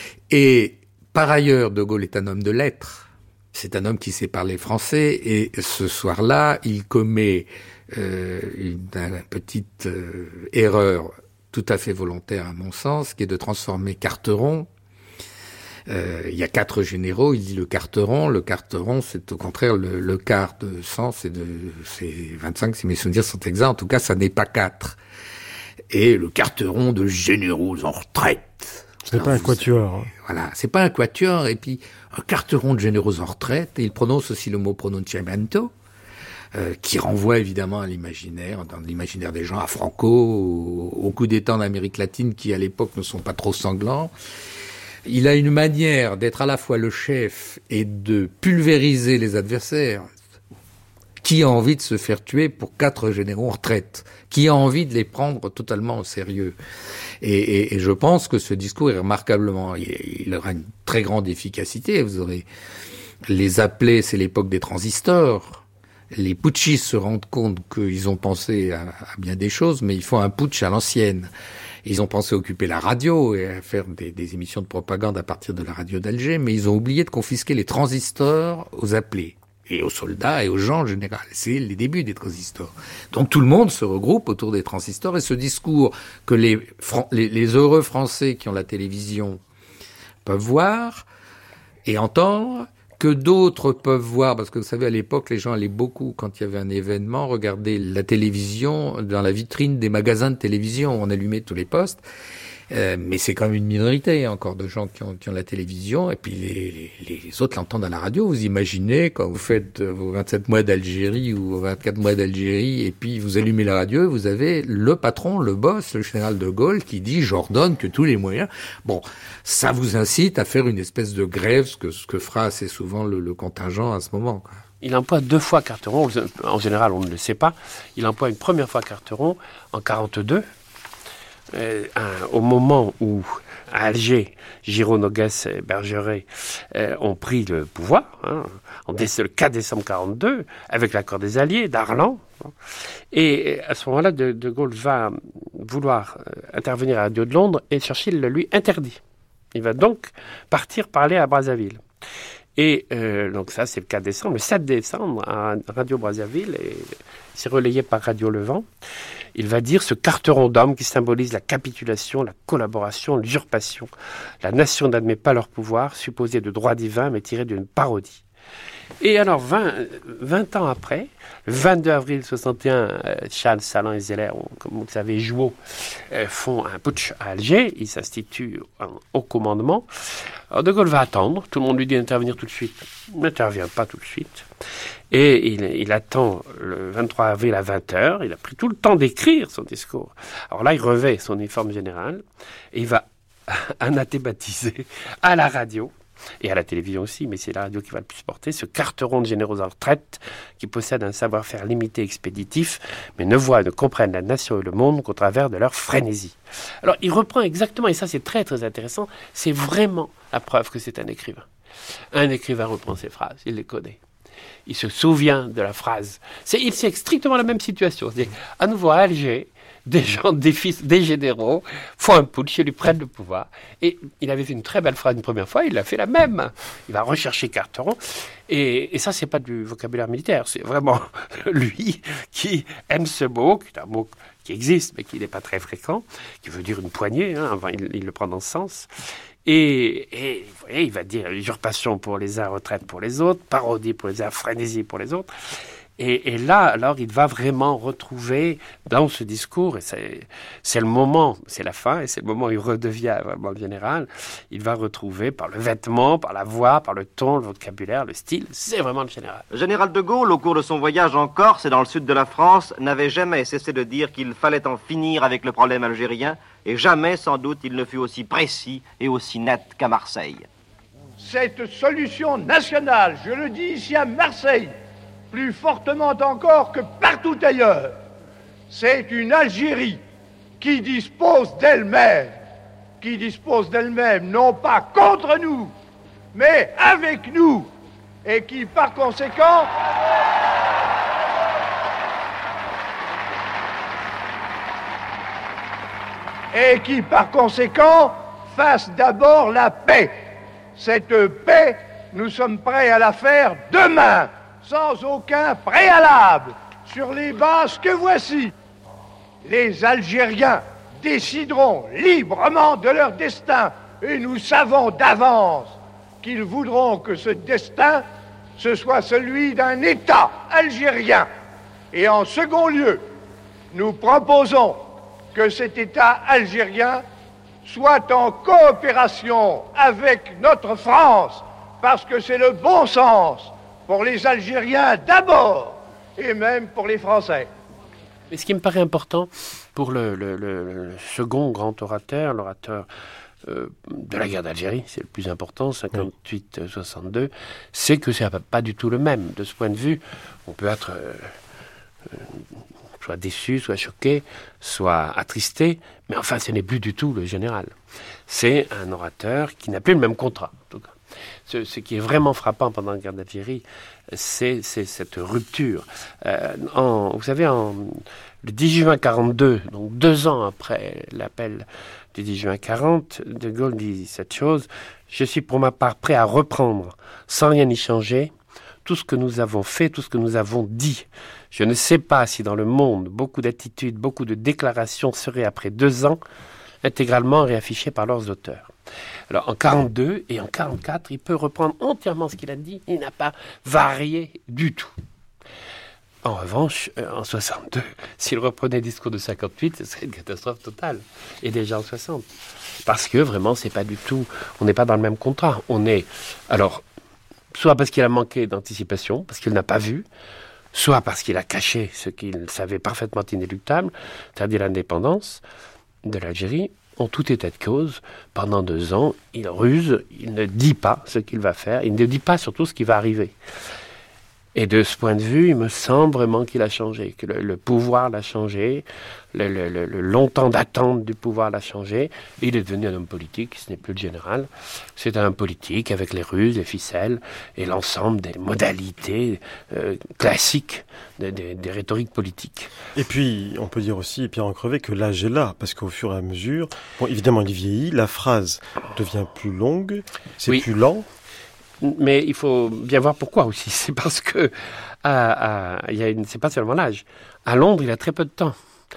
Et par ailleurs, De Gaulle est un homme de lettres. C'est un homme qui sait parler français. Et ce soir-là, il commet euh, une, une petite euh, erreur tout à fait volontaire à mon sens, qui est de transformer Carteron. Euh, il y a quatre généraux, il dit le Carteron. Le Carteron, c'est au contraire le, le quart de cent, c'est de, c'est vingt-cinq, si mes souvenirs sont exacts. En tout cas, ça n'est pas quatre. Et le Carteron de généraux en retraite. Ce n'est pas un quatuor. Hein. Voilà, c'est pas un quatuor. Et puis, un Carteron de généraux en retraite. Et il prononce aussi le mot pronunciamento, euh, qui renvoie évidemment à l'imaginaire, dans l'imaginaire des gens, à Franco, au, au coup d'État en Amérique latine, qui à l'époque ne sont pas trop sanglants. Il a une manière d'être à la fois le chef et de pulvériser les adversaires. Qui a envie de se faire tuer pour quatre généraux en retraite? Qui a envie de les prendre totalement au sérieux? Et, et, et je pense que ce discours est remarquablement, il, il aura une très grande efficacité. Vous aurez les appelés, c'est l'époque des transistors. Les putschistes se rendent compte qu'ils ont pensé à, à bien des choses, mais ils font un putsch à l'ancienne. Ils ont pensé occuper la radio et à faire des, des émissions de propagande à partir de la radio d'Alger, mais ils ont oublié de confisquer les transistors aux appelés et aux soldats et aux gens en général. C'est les débuts des transistors. Donc tout le monde se regroupe autour des transistors et ce discours que les, les, les heureux Français qui ont la télévision peuvent voir et entendre, que d'autres peuvent voir, parce que vous savez, à l'époque, les gens allaient beaucoup, quand il y avait un événement, regarder la télévision dans la vitrine des magasins de télévision. On allumait tous les postes. Euh, mais c'est quand même une minorité, encore de gens qui ont, qui ont la télévision, et puis les, les, les autres l'entendent à la radio. Vous imaginez, quand vous faites vos vingt-sept mois d'Algérie ou vos vingt-quatre mois d'Algérie, et puis vous allumez la radio, vous avez le patron, le boss, le général de Gaulle, qui dit « j'ordonne que tous les moyens ». Bon, ça vous incite à faire une espèce de grève, ce que, ce que fera assez souvent le, le contingent à ce moment, quoi. Il emploie deux fois Carteron, en général on ne le sait pas, il emploie une première fois Carteron en quarante-deux, Euh, un, au moment où, à Alger, Giraud, Noguès et Bergeret euh, ont pris le pouvoir, hein, en dé- le quatre décembre quarante-deux, avec l'accord des Alliés, d'Arlan. Hein, et à ce moment-là, De, de Gaulle va vouloir euh, intervenir à la radio de Londres et Churchill le lui interdit. Il va donc partir parler à Brazzaville. Et euh, donc ça, c'est le quatre décembre. Le sept décembre, à Radio Brazzaville, et c'est relayé par Radio Levant, il va dire ce Carteron d'hommes qui symbolise la capitulation, la collaboration, l'usurpation. La nation n'admet pas leur pouvoir, supposé de droit divin, mais tiré d'une parodie. Et alors, vingt, vingt ans après, le vingt-deux avril soixante et un, euh, Charles, Salan et Zeller, comme vous le savez, Jouot, euh, font un putsch à Alger. Ils s'instituent au commandement. Alors, De Gaulle va attendre. Tout le monde lui dit d'intervenir tout de suite. Il n'intervient pas tout de suite. Et il, il attend le vingt-trois avril à vingt heures. Il a pris tout le temps d'écrire son discours. Alors là, il revêt son uniforme général et il va anathématiser à la radio, et à la télévision aussi, mais c'est la radio qui va le plus porter, ce Carteron de généraux en retraite qui possède un savoir-faire limité et expéditif, mais ne voit et ne comprennent la nation et le monde qu'au travers de leur frénésie. Alors, il reprend exactement, et ça c'est très très intéressant, c'est vraiment la preuve que c'est un écrivain. Un écrivain reprend ses phrases, il les connaît. Il se souvient de la phrase. C'est, il, c'est strictement la même situation. C'est à nouveau à Alger, des gens, des fils, des généraux font un putsch et lui prennent le pouvoir. Et il avait fait une très belle phrase une première fois, il a fait la même. Il va rechercher Carteron. Et, et ça, c'est pas du vocabulaire militaire, c'est vraiment lui qui aime ce mot, qui est un mot qui existe, mais qui n'est pas très fréquent, qui veut dire une poignée, hein, enfin, il, il le prend dans ce sens. Et, et vous voyez, il va dire usurpation pour les uns, retraite pour les autres, parodie pour les uns, frénésie pour les autres. Et, et là, alors, il va vraiment retrouver dans ce discours, et c'est, c'est le moment, c'est la fin, et c'est le moment où il redevient vraiment le général, il va retrouver par le vêtement, par la voix, par le ton, le vocabulaire, le style, c'est vraiment le général. Le général de Gaulle, au cours de son voyage en Corse et dans le sud de la France, n'avait jamais cessé de dire qu'il fallait en finir avec le problème algérien, et jamais, sans doute, il ne fut aussi précis et aussi net qu'à Marseille. Cette solution nationale, je le dis ici à Marseille, plus fortement encore que partout ailleurs, c'est une Algérie qui dispose d'elle-même, qui dispose d'elle-même non pas contre nous, mais avec nous, et qui par conséquent et qui par conséquent fasse d'abord la paix. Cette paix, nous sommes prêts à la faire demain, sans aucun préalable, sur les bases que voici. Les Algériens décideront librement de leur destin, et nous savons d'avance qu'ils voudront que ce destin, ce soit celui d'un État algérien. Et en second lieu, nous proposons que cet État algérien soit en coopération avec notre France, parce que c'est le bon sens, pour les Algériens d'abord, et même pour les Français. Mais ce qui me paraît important pour le, le, le, le second grand orateur, l'orateur euh, de la guerre d'Algérie, c'est le plus important, cinquante-huit soixante-deux, c'est que c'est pas du tout le même. De ce point de vue, on peut être euh, euh, soit déçu, soit choqué, soit attristé, mais enfin, ce n'est plus du tout le général. C'est un orateur qui n'a plus le même contrat, en tout cas. Ce, ce qui est vraiment frappant pendant la guerre d'Algérie, c'est, c'est cette rupture. Euh, en, vous savez, en, le dix juin quarante-deux, donc deux ans après l'appel du dix juin quarante, De Gaulle dit cette chose: « Je suis pour ma part prêt à reprendre, sans rien y changer, tout ce que nous avons fait, tout ce que nous avons dit. Je ne sais pas si dans le monde, beaucoup d'attitudes, beaucoup de déclarations seraient, après deux ans, intégralement réaffichées par leurs auteurs. » Alors en quarante-deux et en quarante-quatre, il peut reprendre entièrement ce qu'il a dit. Il n'a pas varié du tout. En revanche, en soixante-deux, s'il reprenait le discours de cinquante-huit, ce serait une catastrophe totale. Et déjà en soixante. Parce que vraiment, c'est pas du tout... On n'est pas dans le même contrat. On est... Alors, soit parce qu'il a manqué d'anticipation, parce qu'il n'a pas vu, soit parce qu'il a caché ce qu'il savait parfaitement inéluctable, c'est-à-dire l'indépendance de l'Algérie. En tout état de cause, pendant deux ans, il ruse, il ne dit pas ce qu'il va faire, il ne dit pas surtout ce qui va arriver. Et de ce point de vue, il me semble vraiment qu'il a changé, que le, le pouvoir l'a changé, le, le, le, le long temps d'attente du pouvoir l'a changé. Il est devenu un homme politique, ce n'est plus le général. C'est un homme politique avec les ruses, les ficelles et l'ensemble des modalités euh, classiques des, des, des rhétoriques politiques. Et puis, on peut dire aussi, Pierre Encrevé, que l'âge est là, parce qu'au fur et à mesure, bon, évidemment, il vieillit, la phrase devient plus longue, c'est oui. plus lent. Mais il faut bien voir pourquoi aussi. C'est parce que à, à, il y a une, c'est pas seulement l'âge. À Londres, il a très peu de temps.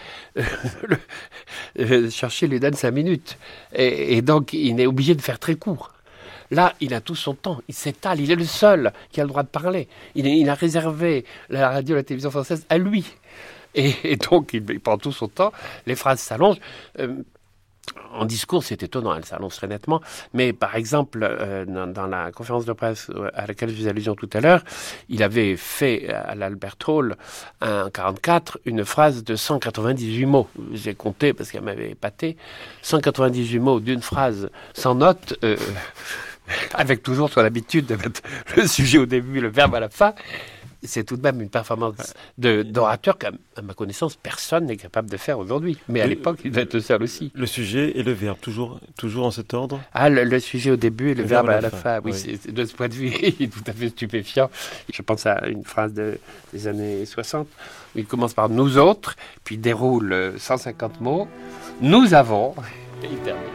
le, le, chercher lui donne cinq minutes. Et, et donc, il est obligé de faire très court. Là, il a tout son temps. Il s'étale. Il est le seul qui a le droit de parler. Il, est, il a réservé la radio et la télévision française à lui. Et, et donc, il, il prend tout son temps. Les phrases s'allongent. Euh, En discours, c'est étonnant, elle s'annonce très nettement, mais par exemple, euh, dans, dans la conférence de presse à laquelle je faisais allusion tout à l'heure, il avait fait à l'Albert Hall, en quarante-quatre, une phrase de cent quatre-vingt-dix-huit mots. J'ai compté parce qu'elle m'avait épaté. cent quatre-vingt-dix-huit mots d'une phrase sans note, euh, avec toujours son habitude de mettre le sujet au début, le verbe à la fin. c'est tout de même une performance de, d'orateur qu'à à ma connaissance, personne n'est capable de faire aujourd'hui. Mais à l'époque, il devait être le seul aussi. Le sujet et le verbe, toujours, toujours en cet ordre? Ah, le, le sujet au début et le, le verbe, verbe à la fin. fin. Oui, oui. C'est, c'est, de ce point de vue, il est tout à fait stupéfiant. Je pense à une phrase de, des années soixante, où il commence par « nous autres », puis déroule cent cinquante mots. « Nous avons », et il termine.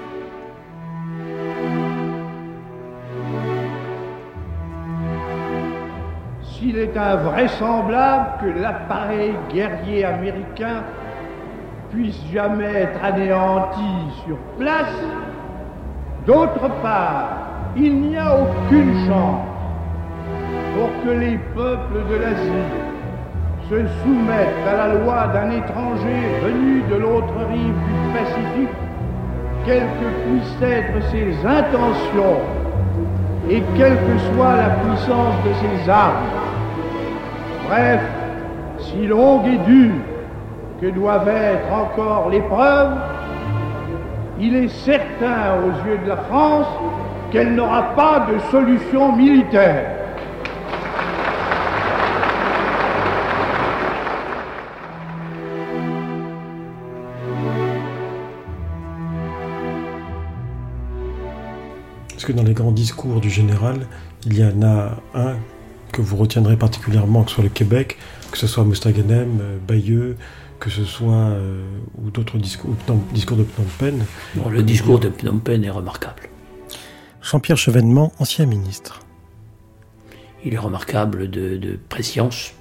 S'il est invraisemblable que l'appareil guerrier américain puisse jamais être anéanti sur place, d'autre part, il n'y a aucune chance pour que les peuples de l'Asie se soumettent à la loi d'un étranger venu de l'autre rive du Pacifique, quelles que puissent être ses intentions et quelle que soit la puissance de ses armes. Bref, si longue et dure que doivent être encore les preuves, il est certain aux yeux de la France qu'elle n'aura pas de solution militaire. Est-ce que dans les grands discours du général, il y en a un que vous retiendrez particulièrement, que ce soit le Québec, que ce soit Mostaganem, Bayeux, que ce soit euh, ou d'autres discours, ou discours de Phnom Penh? Bon, le discours de Phnom Penh est remarquable. Jean-Pierre Chevènement, ancien ministre. Il est remarquable de, de prescience.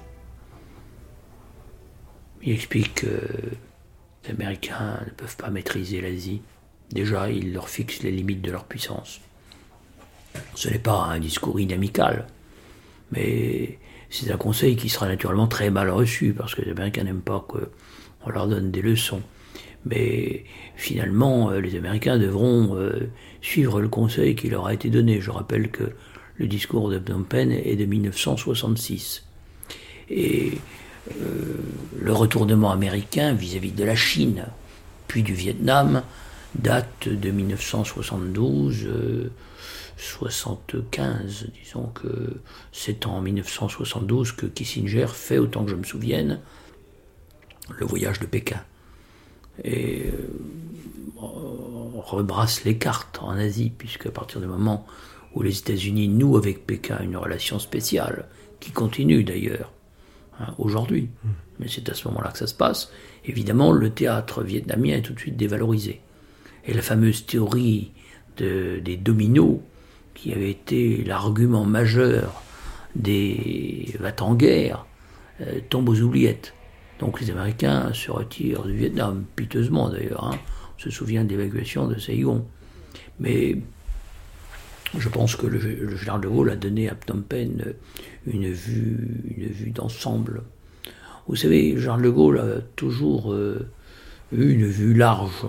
Il explique que les Américains ne peuvent pas maîtriser l'Asie. Déjà, il leur fixe les limites de leur puissance. Ce n'est pas un discours inamical, mais c'est un conseil qui sera naturellement très mal reçu, parce que les Américains n'aiment pas qu'on leur donne des leçons. Mais finalement, les Américains devront euh, suivre le conseil qui leur a été donné. Je rappelle que le discours de Phnom Penh est de mille neuf cent soixante-six. Et euh, le retournement américain vis-à-vis de la Chine, puis du Vietnam, date de mille neuf cent soixante-douze, euh, soixante-quinze, disons que c'est en mille neuf cent soixante-douze que Kissinger fait, autant que je me souvienne, le voyage de Pékin. Et euh, rebrasse les cartes en Asie, puisque à partir du moment où les États-Unis nouent avec Pékin une relation spéciale, qui continue d'ailleurs, hein, aujourd'hui, mmh. mais c'est à ce moment-là que ça se passe, évidemment le théâtre vietnamien est tout de suite dévalorisé. Et la fameuse théorie de, des dominos, qui avait été l'argument majeur des va-t-en-guerre, euh, tombe aux oubliettes. Donc les Américains se retirent du Vietnam, piteusement d'ailleurs. Hein. On se souvient de l'évacuation de Saigon. Mais je pense que le, le général de Gaulle a donné à Phnom Penh une vue, une vue d'ensemble. Vous savez, le général de Gaulle a toujours euh, eu une vue large.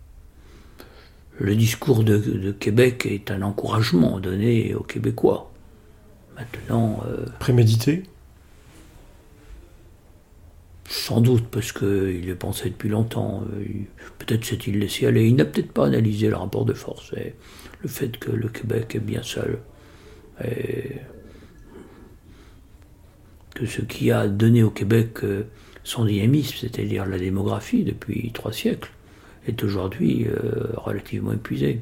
Le discours de, de Québec est un encouragement donné aux Québécois. Maintenant... Euh, Prémédité ? Sans doute, parce qu'il le pensait depuis longtemps. Peut-être s'est-il laissé aller. Il n'a peut-être pas analysé le rapport de force. Et le fait que le Québec est bien seul. Et que ce qui a donné au Québec son dynamisme, c'est-à-dire la démographie depuis trois siècles, est aujourd'hui euh, relativement épuisé.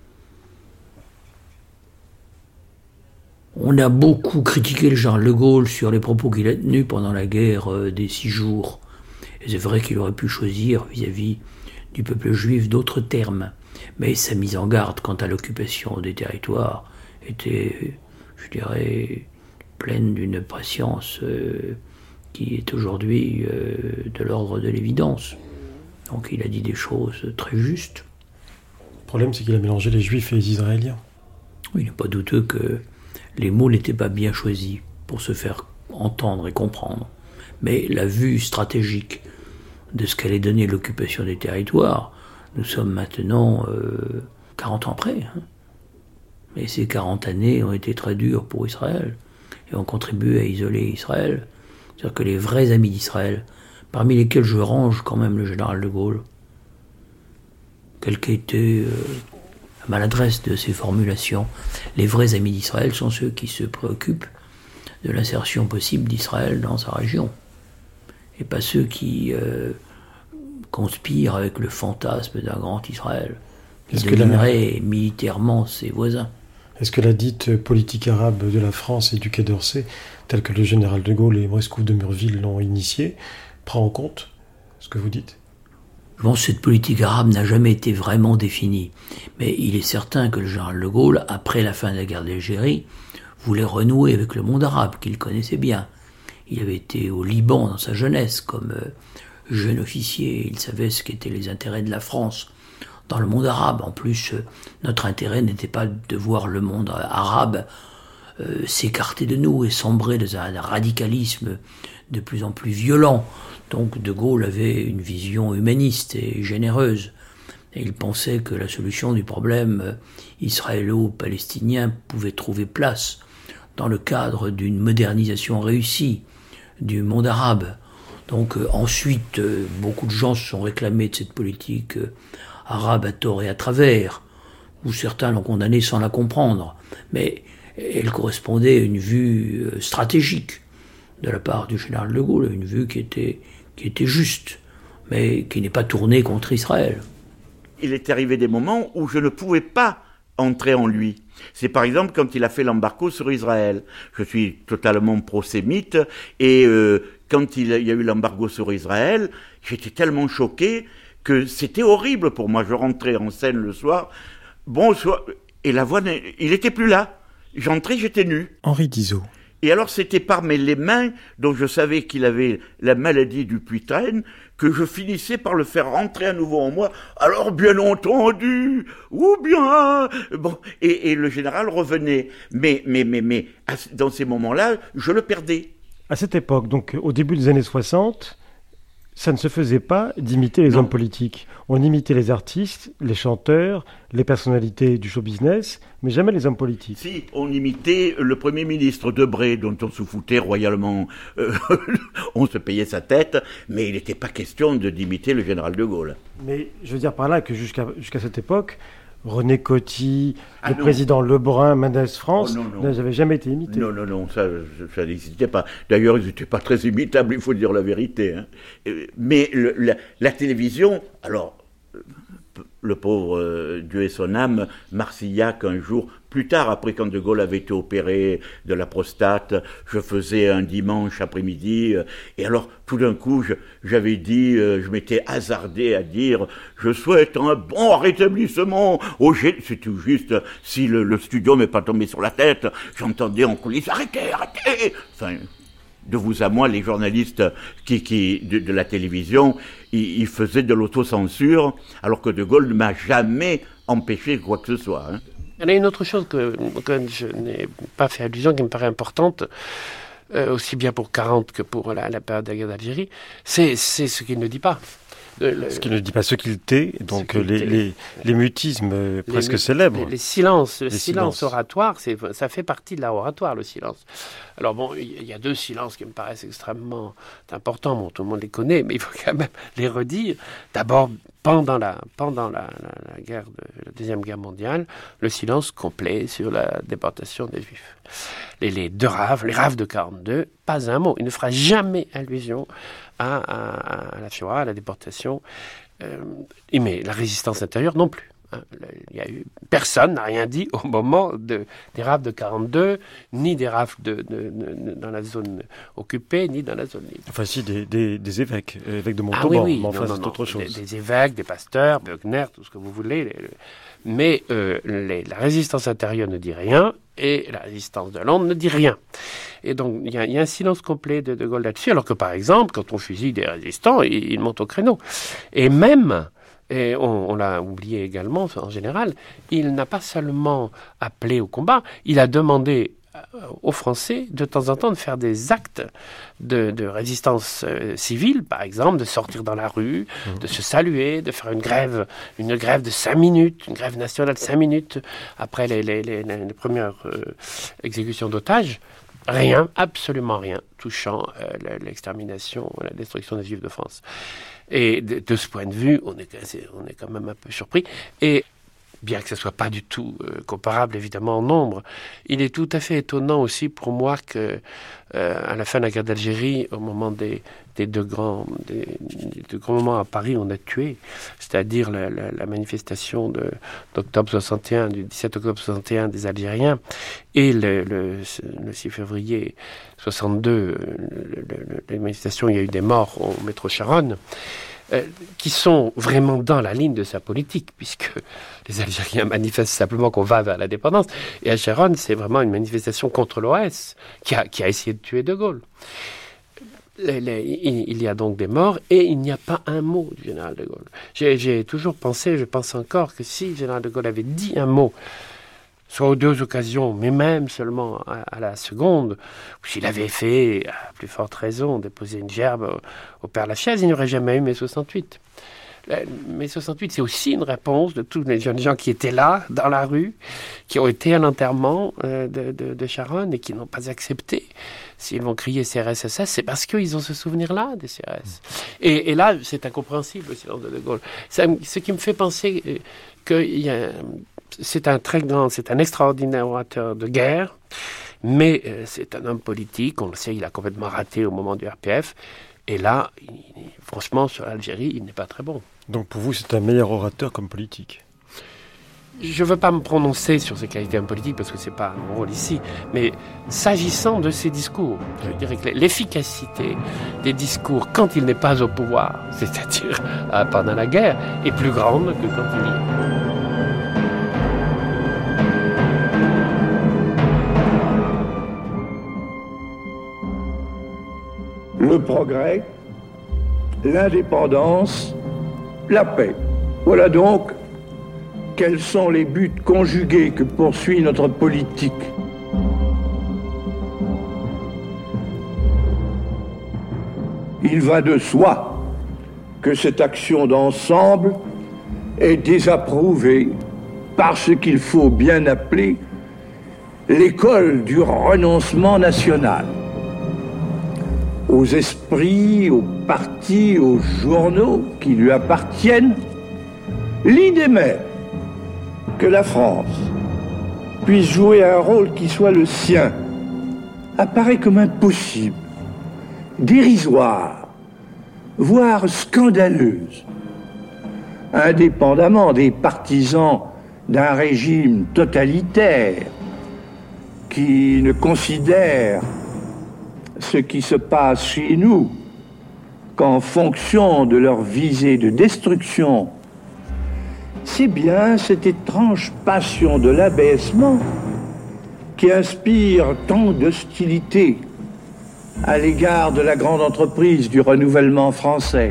On a beaucoup critiqué le général de Gaulle sur les propos qu'il a tenus pendant la guerre euh, des six jours. Et c'est vrai qu'il aurait pu choisir vis-à-vis du peuple juif d'autres termes. Mais sa mise en garde quant à l'occupation des territoires était, je dirais, pleine d'une patience euh, qui est aujourd'hui euh, de l'ordre de l'évidence. Donc il a dit des choses très justes. Le problème, c'est qu'il a mélangé les Juifs et les Israéliens. Oui, il n'est pas douteux que les mots n'étaient pas bien choisis pour se faire entendre et comprendre. Mais la vue stratégique de ce qu'allait donner l'occupation des territoires, nous sommes maintenant euh, quarante ans après. Hein. Et ces quarante années ont été très dures pour Israël et ont contribué à isoler Israël. C'est-à-dire que les vrais amis d'Israël, parmi lesquels je range quand même le général de Gaulle, quelle qu'était euh, la maladresse de ses formulations, les vrais amis d'Israël sont ceux qui se préoccupent de l'insertion possible d'Israël dans sa région. Et pas ceux qui euh, conspirent avec le fantasme d'un grand Israël, qui dominerait la... militairement ses voisins. Est-ce que la dite politique arabe de la France et du Quai d'Orsay, telle que le général de Gaulle et Maurice Couve de Murville l'ont initiée, prend en compte ce que vous dites ? Je pense que cette politique arabe n'a jamais été vraiment définie. Mais il est certain que le général de Gaulle, après la fin de la guerre d'Algérie, voulait renouer avec le monde arabe, qu'il connaissait bien. Il avait été au Liban dans sa jeunesse, comme euh, jeune officier. Il savait ce qu'étaient les intérêts de la France dans le monde arabe. En plus, euh, notre intérêt n'était pas de voir le monde arabe euh, s'écarter de nous et sombrer dans un radicalisme de plus en plus violent. Donc De Gaulle avait une vision humaniste et généreuse. Et il pensait que la solution du problème israélo-palestinien pouvait trouver place dans le cadre d'une modernisation réussie du monde arabe. Donc euh, ensuite, euh, beaucoup de gens se sont réclamés de cette politique euh, arabe à tort et à travers, ou certains l'ont condamnée sans la comprendre. Mais elle correspondait à une vue euh, stratégique de la part du général de Gaulle, une vue qui était, qui était juste, mais qui n'est pas tournée contre Israël. Il est arrivé des moments où je ne pouvais pas entrer en lui. C'est par exemple quand il a fait l'embargo sur Israël. Je suis totalement prosémite et euh, quand il y a eu l'embargo sur Israël, j'étais tellement choqué que c'était horrible pour moi. Je rentrais en scène le soir, bonsoir, et la voix, il n'était plus là. J'entrais, j'étais nu. Henri Dizot. Et alors c'était par mes les mains, dont je savais qu'il avait la maladie du puitaine, que je finissais par le faire rentrer à nouveau en moi. Alors bien entendu, ou bien... Bon, et, et le général revenait. Mais, mais, mais, mais, dans ces moments-là, je le perdais. À cette époque, donc au début des années soixante, ça ne se faisait pas d'imiter les non. hommes politiques. On imitait les artistes, les chanteurs, les personnalités du show business, mais jamais les hommes politiques. Si, on imitait le Premier ministre Debré, dont on se foutait royalement. Euh, on se payait sa tête, mais il n'était pas question de d'imiter le général de Gaulle. Mais je veux dire par là que jusqu'à, jusqu'à cette époque, René Coty, ah le non. président Lebrun, Mendès France, oh n'avaient jamais été imités. Non, non, non, ça, ça n'existait pas. D'ailleurs, ils n'étaient pas très imitables, il faut dire la vérité. Hein. Mais le, la, la télévision, alors, le pauvre euh, Dieu et son âme, Marcillac, un jour, plus tard, après quand De Gaulle avait été opéré de la prostate, je faisais un dimanche après-midi, euh, et alors, tout d'un coup, je, j'avais dit, euh, je m'étais hasardé à dire, je souhaite un bon rétablissement au G... C'est tout juste, si le, le studio m'est pas tombé sur la tête, j'entendais en coulisses, arrêtez, arrêtez. Enfin, de vous à moi, les journalistes qui, qui, de, de la télévision, ils, ils faisaient de l'autocensure, alors que De Gaulle ne m'a jamais empêché quoi que ce soit. Hein. Il y a une autre chose que, que je n'ai pas fait allusion, qui me paraît importante, euh, aussi bien pour quarante que pour la, la période de la guerre d'Algérie, c'est, c'est ce qu'il ne dit pas. Le, ce qu'il ne dit pas, ce qu'il tait, donc les, tait. Les, les mutismes les, presque les, célèbres. Les, les silences, le les silence silences. oratoire, c'est, ça fait partie de l'oratoire, le silence. Alors bon, il y a deux silences qui me paraissent extrêmement importants, bon, tout le monde les connaît, mais il faut quand même les redire. D'abord, pendant la, pendant la, la, la, guerre de, la Deuxième Guerre mondiale, le silence complet sur la déportation des Juifs. Les, les deux raves, les raves de quarante-deux, pas un mot. Il ne fera jamais allusion à, à, à la Shoah, à la déportation. Euh, mais la résistance intérieure non plus. Hein. Il y a eu, personne n'a rien dit au moment de, des raves de quarante-deux, ni des raves de, de, de, dans la zone occupée, ni dans la zone libre. Enfin si, des, des, des évêques, évêques de Montauban, ah, oui, oui. mais enfin non, non, c'est non. autre chose. Des, des évêques, des pasteurs, Böckner, tout ce que vous voulez. Les, mais euh, les, la résistance intérieure ne dit rien, et la résistance de Londres ne dit rien. Et donc, il y, y a un silence complet de De Gaulle là-dessus, alors que, par exemple, quand on fusille des résistants, ils, ils montent au créneau. Et même, et on, on l'a oublié également, en général, il n'a pas seulement appelé au combat, il a demandé aux Français, de temps en temps, de faire des actes de, de résistance euh, civile, par exemple, de sortir dans la rue, mmh. de se saluer, de faire une grève, une grève de cinq minutes, une grève nationale de cinq minutes, après les, les, les, les premières euh, exécutions d'otages. Rien, absolument rien, touchant euh, l'extermination, la destruction des Juifs de France. Et de, de ce point de vue, on est, on est quand même un peu surpris. Et bien que ce ne soit pas du tout euh, comparable évidemment en nombre. Il est tout à fait étonnant aussi pour moi que euh, à la fin de la guerre d'Algérie, au moment des, des, deux grands, des, des deux grands moments à Paris, on a tué, c'est-à-dire la, la, la manifestation de, d'octobre soixante et un, du dix-sept octobre soixante et un des Algériens, et le, le, le six février soixante-deux, le, le, les manifestations, il y a eu des morts au métro Charonne, euh, qui sont vraiment dans la ligne de sa politique, puisque les Algériens manifestent simplement qu'on va vers l'indépendance, et à Charonne, c'est vraiment une manifestation contre l'O S qui a, qui a essayé de tuer De Gaulle. Les, les, il y a donc des morts et il n'y a pas un mot du général de Gaulle. J'ai, j'ai toujours pensé, je pense encore, que si le général de Gaulle avait dit un mot, soit aux deux occasions, mais même seulement à, à la seconde, ou s'il avait fait, à plus forte raison, déposer une gerbe au, au Père Lachaise, il n'y aurait jamais eu mai soixante-huit. mai soixante-huit, c'est aussi une réponse de tous les jeunes gens qui étaient là, dans la rue, qui ont été à l'enterrement euh, de, de, de Charonne et qui n'ont pas accepté. S'ils vont crier C R S S S, c'est parce qu'ils ont ce souvenir-là des C R S. Et, et là, c'est incompréhensible, le silence de De Gaulle. Ça, ce qui me fait penser euh, qu'il y a... C'est un très grand, c'est un extraordinaire orateur de guerre, mais euh, c'est un homme politique, on le sait, il a complètement raté au moment du R P F, et là, il, franchement, sur l'Algérie, il n'est pas très bon. Donc pour vous, c'est un meilleur orateur comme politique? Je ne veux pas me prononcer sur ses qualités en politique, parce que ce n'est pas mon rôle ici, mais s'agissant de ses discours, je dirais que l'efficacité des discours quand il n'est pas au pouvoir, c'est-à-dire euh, pendant la guerre, est plus grande que quand il y est. Le progrès, l'indépendance, la paix. Voilà donc quels sont les buts conjugués que poursuit notre politique. Il va de soi que cette action d'ensemble est désapprouvée par ce qu'il faut bien appeler l'école du renoncement national. Aux esprits, aux partis, aux journaux qui lui appartiennent, l'idée même que la France puisse jouer un rôle qui soit le sien apparaît comme impossible, dérisoire, voire scandaleuse, indépendamment des partisans d'un régime totalitaire qui ne considère ce qui se passe chez nous qu'en fonction de leur visée de destruction. C'est bien cette étrange passion de l'abaissement qui inspire tant d'hostilité à l'égard de la grande entreprise du renouvellement français.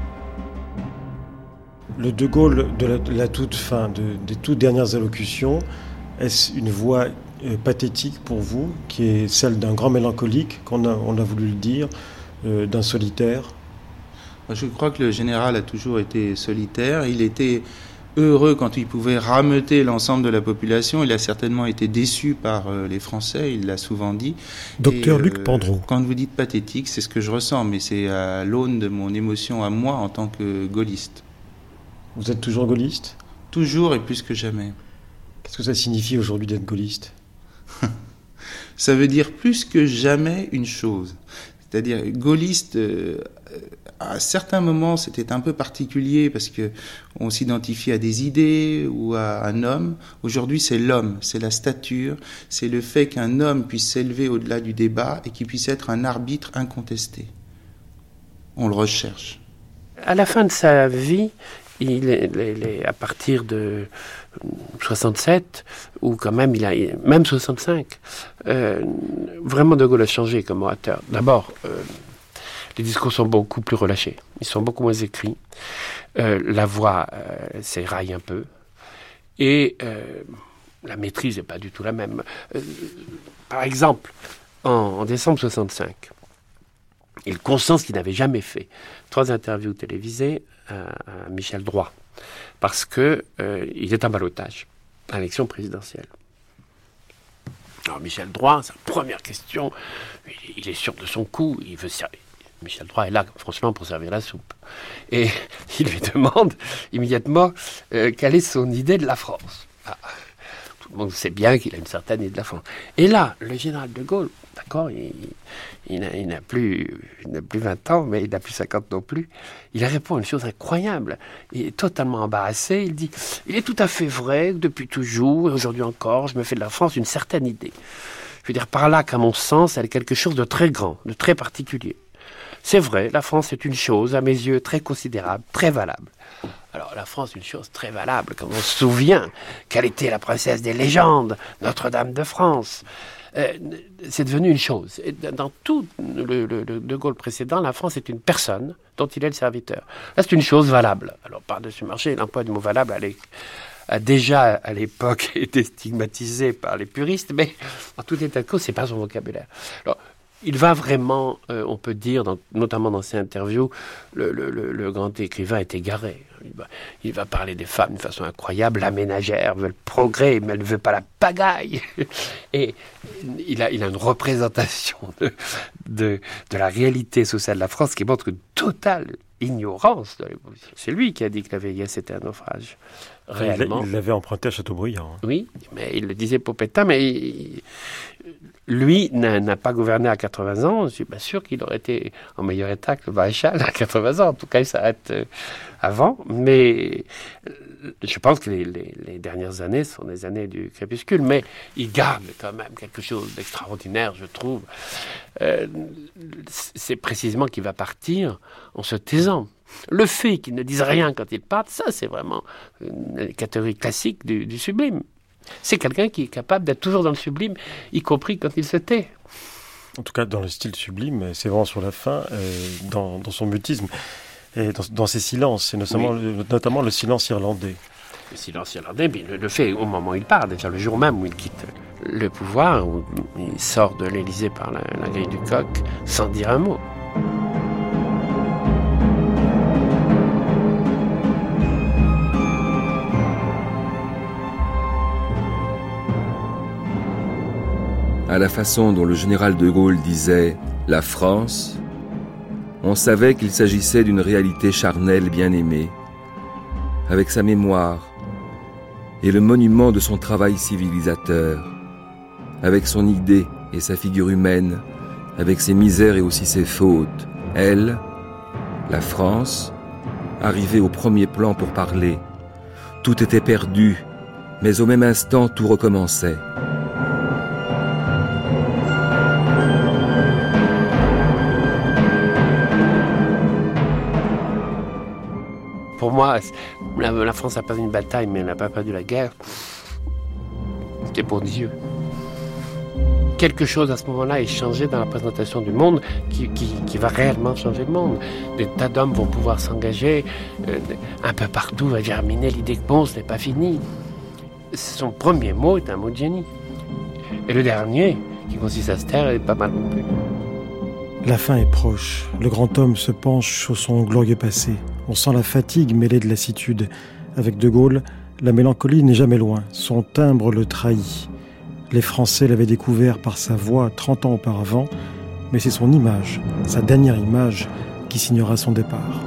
Le De Gaulle de la, de la toute fin, de, des toutes dernières allocutions, est-ce une voix euh, pathétique pour vous, qui est celle d'un grand mélancolique, qu'on a, on a voulu le dire, euh, d'un solitaire? Je crois que le général a toujours été solitaire. Il était heureux quand il pouvait rameuter l'ensemble de la population. Il a certainement été déçu par euh, les Français, il l'a souvent dit. Docteur Et, Luc euh, Pendreau. Quand vous dites pathétique, c'est ce que je ressens, mais c'est à l'aune de mon émotion à moi en tant que gaulliste. Vous êtes toujours gaulliste? Toujours et plus que jamais. Qu'est-ce que ça signifie aujourd'hui d'être gaulliste? Ça veut dire plus que jamais une chose. C'est-à-dire, gaulliste, euh, à certains moments, c'était un peu particulier parce que on s'identifie à des idées ou à un homme. Aujourd'hui, c'est l'homme, c'est la stature, c'est le fait qu'un homme puisse s'élever au-delà du débat et qu'il puisse être un arbitre incontesté. On le recherche. À la fin de sa vie, il est, il est à partir de soixante-sept, ou quand même, il a, même soixante-cinq, euh, vraiment De Gaulle a changé comme orateur. D'abord, euh, les discours sont beaucoup plus relâchés, ils sont beaucoup moins écrits, euh, la voix euh, s'éraille un peu, et euh, la maîtrise n'est pas du tout la même. Euh, par exemple, en, en décembre soixante-cinq, il conscience qu'il n'avait jamais fait trois interviews télévisées à, à Michel Droit, parce que euh, il est en ballottage à l'élection présidentielle. Alors Michel Droit, sa première question, il, il est sûr de son coup, il veut, Michel trois est là, franchement, pour servir la soupe. Et il lui demande immédiatement euh, quelle est son idée de la France. Ah, tout le monde sait bien qu'il a une certaine idée de la France. Et là, le général de Gaulle, d'accord, il, il, n'a, il, n'a plus, il n'a plus vingt ans, mais il n'a plus cinquante non plus. Il répond à une chose incroyable. Il est totalement embarrassé. Il dit « Il est tout à fait vrai que depuis toujours, et aujourd'hui encore, je me fais de la France une certaine idée. Je veux dire par là qu'à mon sens, elle est quelque chose de très grand, de très particulier. C'est vrai, la France est une chose, à mes yeux, très considérable, très valable. Alors, la France est une chose très valable, quand on se souvient qu'elle était la princesse des légendes, Notre-Dame de France. Euh, c'est devenu une chose. Et dans tout le, le, le De Gaulle précédent, la France est une personne dont il est le serviteur. Là, c'est une chose valable. Alors, par-dessus marché, l'emploi du mot valable allait... a déjà, à l'époque, été stigmatisé par les puristes, mais en tout état de cause, c'est pas son vocabulaire. Alors, il va vraiment, euh, on peut dire, dans, notamment dans ses interviews, le, le, le, le grand écrivain est égaré. Il va, il va parler des femmes d'une façon incroyable. La ménagère veut le progrès, mais elle ne veut pas la pagaille. Et il a, il a une représentation de, de, de la réalité sociale de la France qui montre une totale ignorance de l'évolution. C'est lui qui a dit que la vieillesse était un naufrage. Réellement. Il l'avait emprunté à Chateaubriand. Hein. Oui, mais il le disait pour Pétain, mais il, lui n'a, n'a pas gouverné à quatre-vingts ans. Je suis pas sûr qu'il aurait été en meilleur état que le maréchal à quatre-vingts ans. En tout cas, il s'arrête euh, avant. Mais euh, je pense que les, les, les dernières années sont des années du crépuscule. Mais il garde quand même quelque chose d'extraordinaire, je trouve. Euh, c'est précisément qu'il va partir en se taisant. Le fait qu'il ne dise rien quand il part, ça c'est vraiment une catégorie classique du, du sublime. C'est quelqu'un qui est capable d'être toujours dans le sublime, y compris quand il se tait. En tout cas, dans le style sublime, c'est vraiment sur la fin, euh, dans, dans son mutisme, et dans, dans ses silences, et notamment, oui. le, notamment le silence irlandais. Le silence irlandais, mais il le fait au moment où il part, déjà le jour même où il quitte le pouvoir, où il sort de l'Élysée par la, la grille du Coq, sans dire un mot. À la façon dont le général de Gaulle disait « la France », on savait qu'il s'agissait d'une réalité charnelle bien aimée, avec sa mémoire et le monument de son travail civilisateur, avec son idée et sa figure humaine, avec ses misères et aussi ses fautes. Elle, la France, arrivait au premier plan pour parler. Tout était perdu, mais au même instant tout recommençait. Pour moi, la, la France a perdu une bataille, mais elle n'a pas perdu la guerre. C'était pour Dieu. Quelque chose à ce moment-là est changé dans la présentation du monde qui, qui, qui va réellement changer le monde. Des tas d'hommes vont pouvoir s'engager. Euh, un peu partout va germiner l'idée que bon, ce n'est pas fini. Son premier mot est un mot de génie. Et le dernier, qui consiste à se taire, est pas mal non plus. La fin est proche. Le grand homme se penche sur son glorieux passé. On sent la fatigue mêlée de lassitude. Avec De Gaulle, la mélancolie n'est jamais loin. Son timbre le trahit. Les Français l'avaient découvert par sa voix trente ans auparavant, mais c'est son image, sa dernière image, qui signera son départ.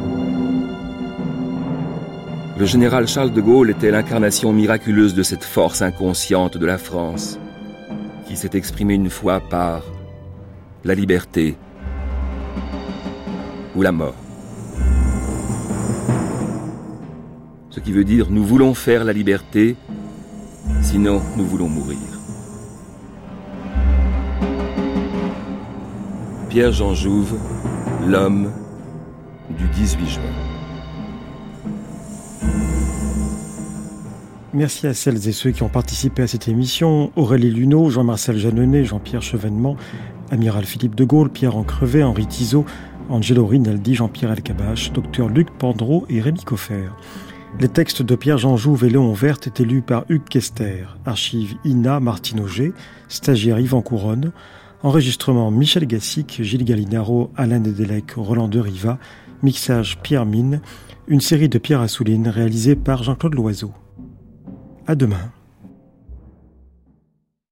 Le général Charles de Gaulle était l'incarnation miraculeuse de cette force inconsciente de la France, qui s'est exprimée une fois par la liberté ou la mort. Ce qui veut dire nous voulons faire la liberté, sinon nous voulons mourir. Pierre-Jean Jouve, L'homme du dix-huit juin. Merci à celles et ceux qui ont participé à cette émission. Aurélie Luneau, Jean-Marcel Jeanneney, Jean-Pierre Chevènement, Amiral Philippe de Gaulle, Pierre Ancrevet, Henri Tizot, Angelo Rinaldi, Jean-Pierre Elkabbach, Docteur Luc Pandreau et Rémi Coffer. Les textes de Pierre-Jean Jouve et Léon Verte étaient lus par Hugues Kester. Archives I N A, Martine Auger. Stagiaire Yvan Couronne. Enregistrement Michel Gassic, Gilles Gallinaro, Alain Nedelec, Roland de Riva. Mixage Pierre Mine. Une série de Pierre Assouline réalisée par Jean-Claude Loiseau. À demain.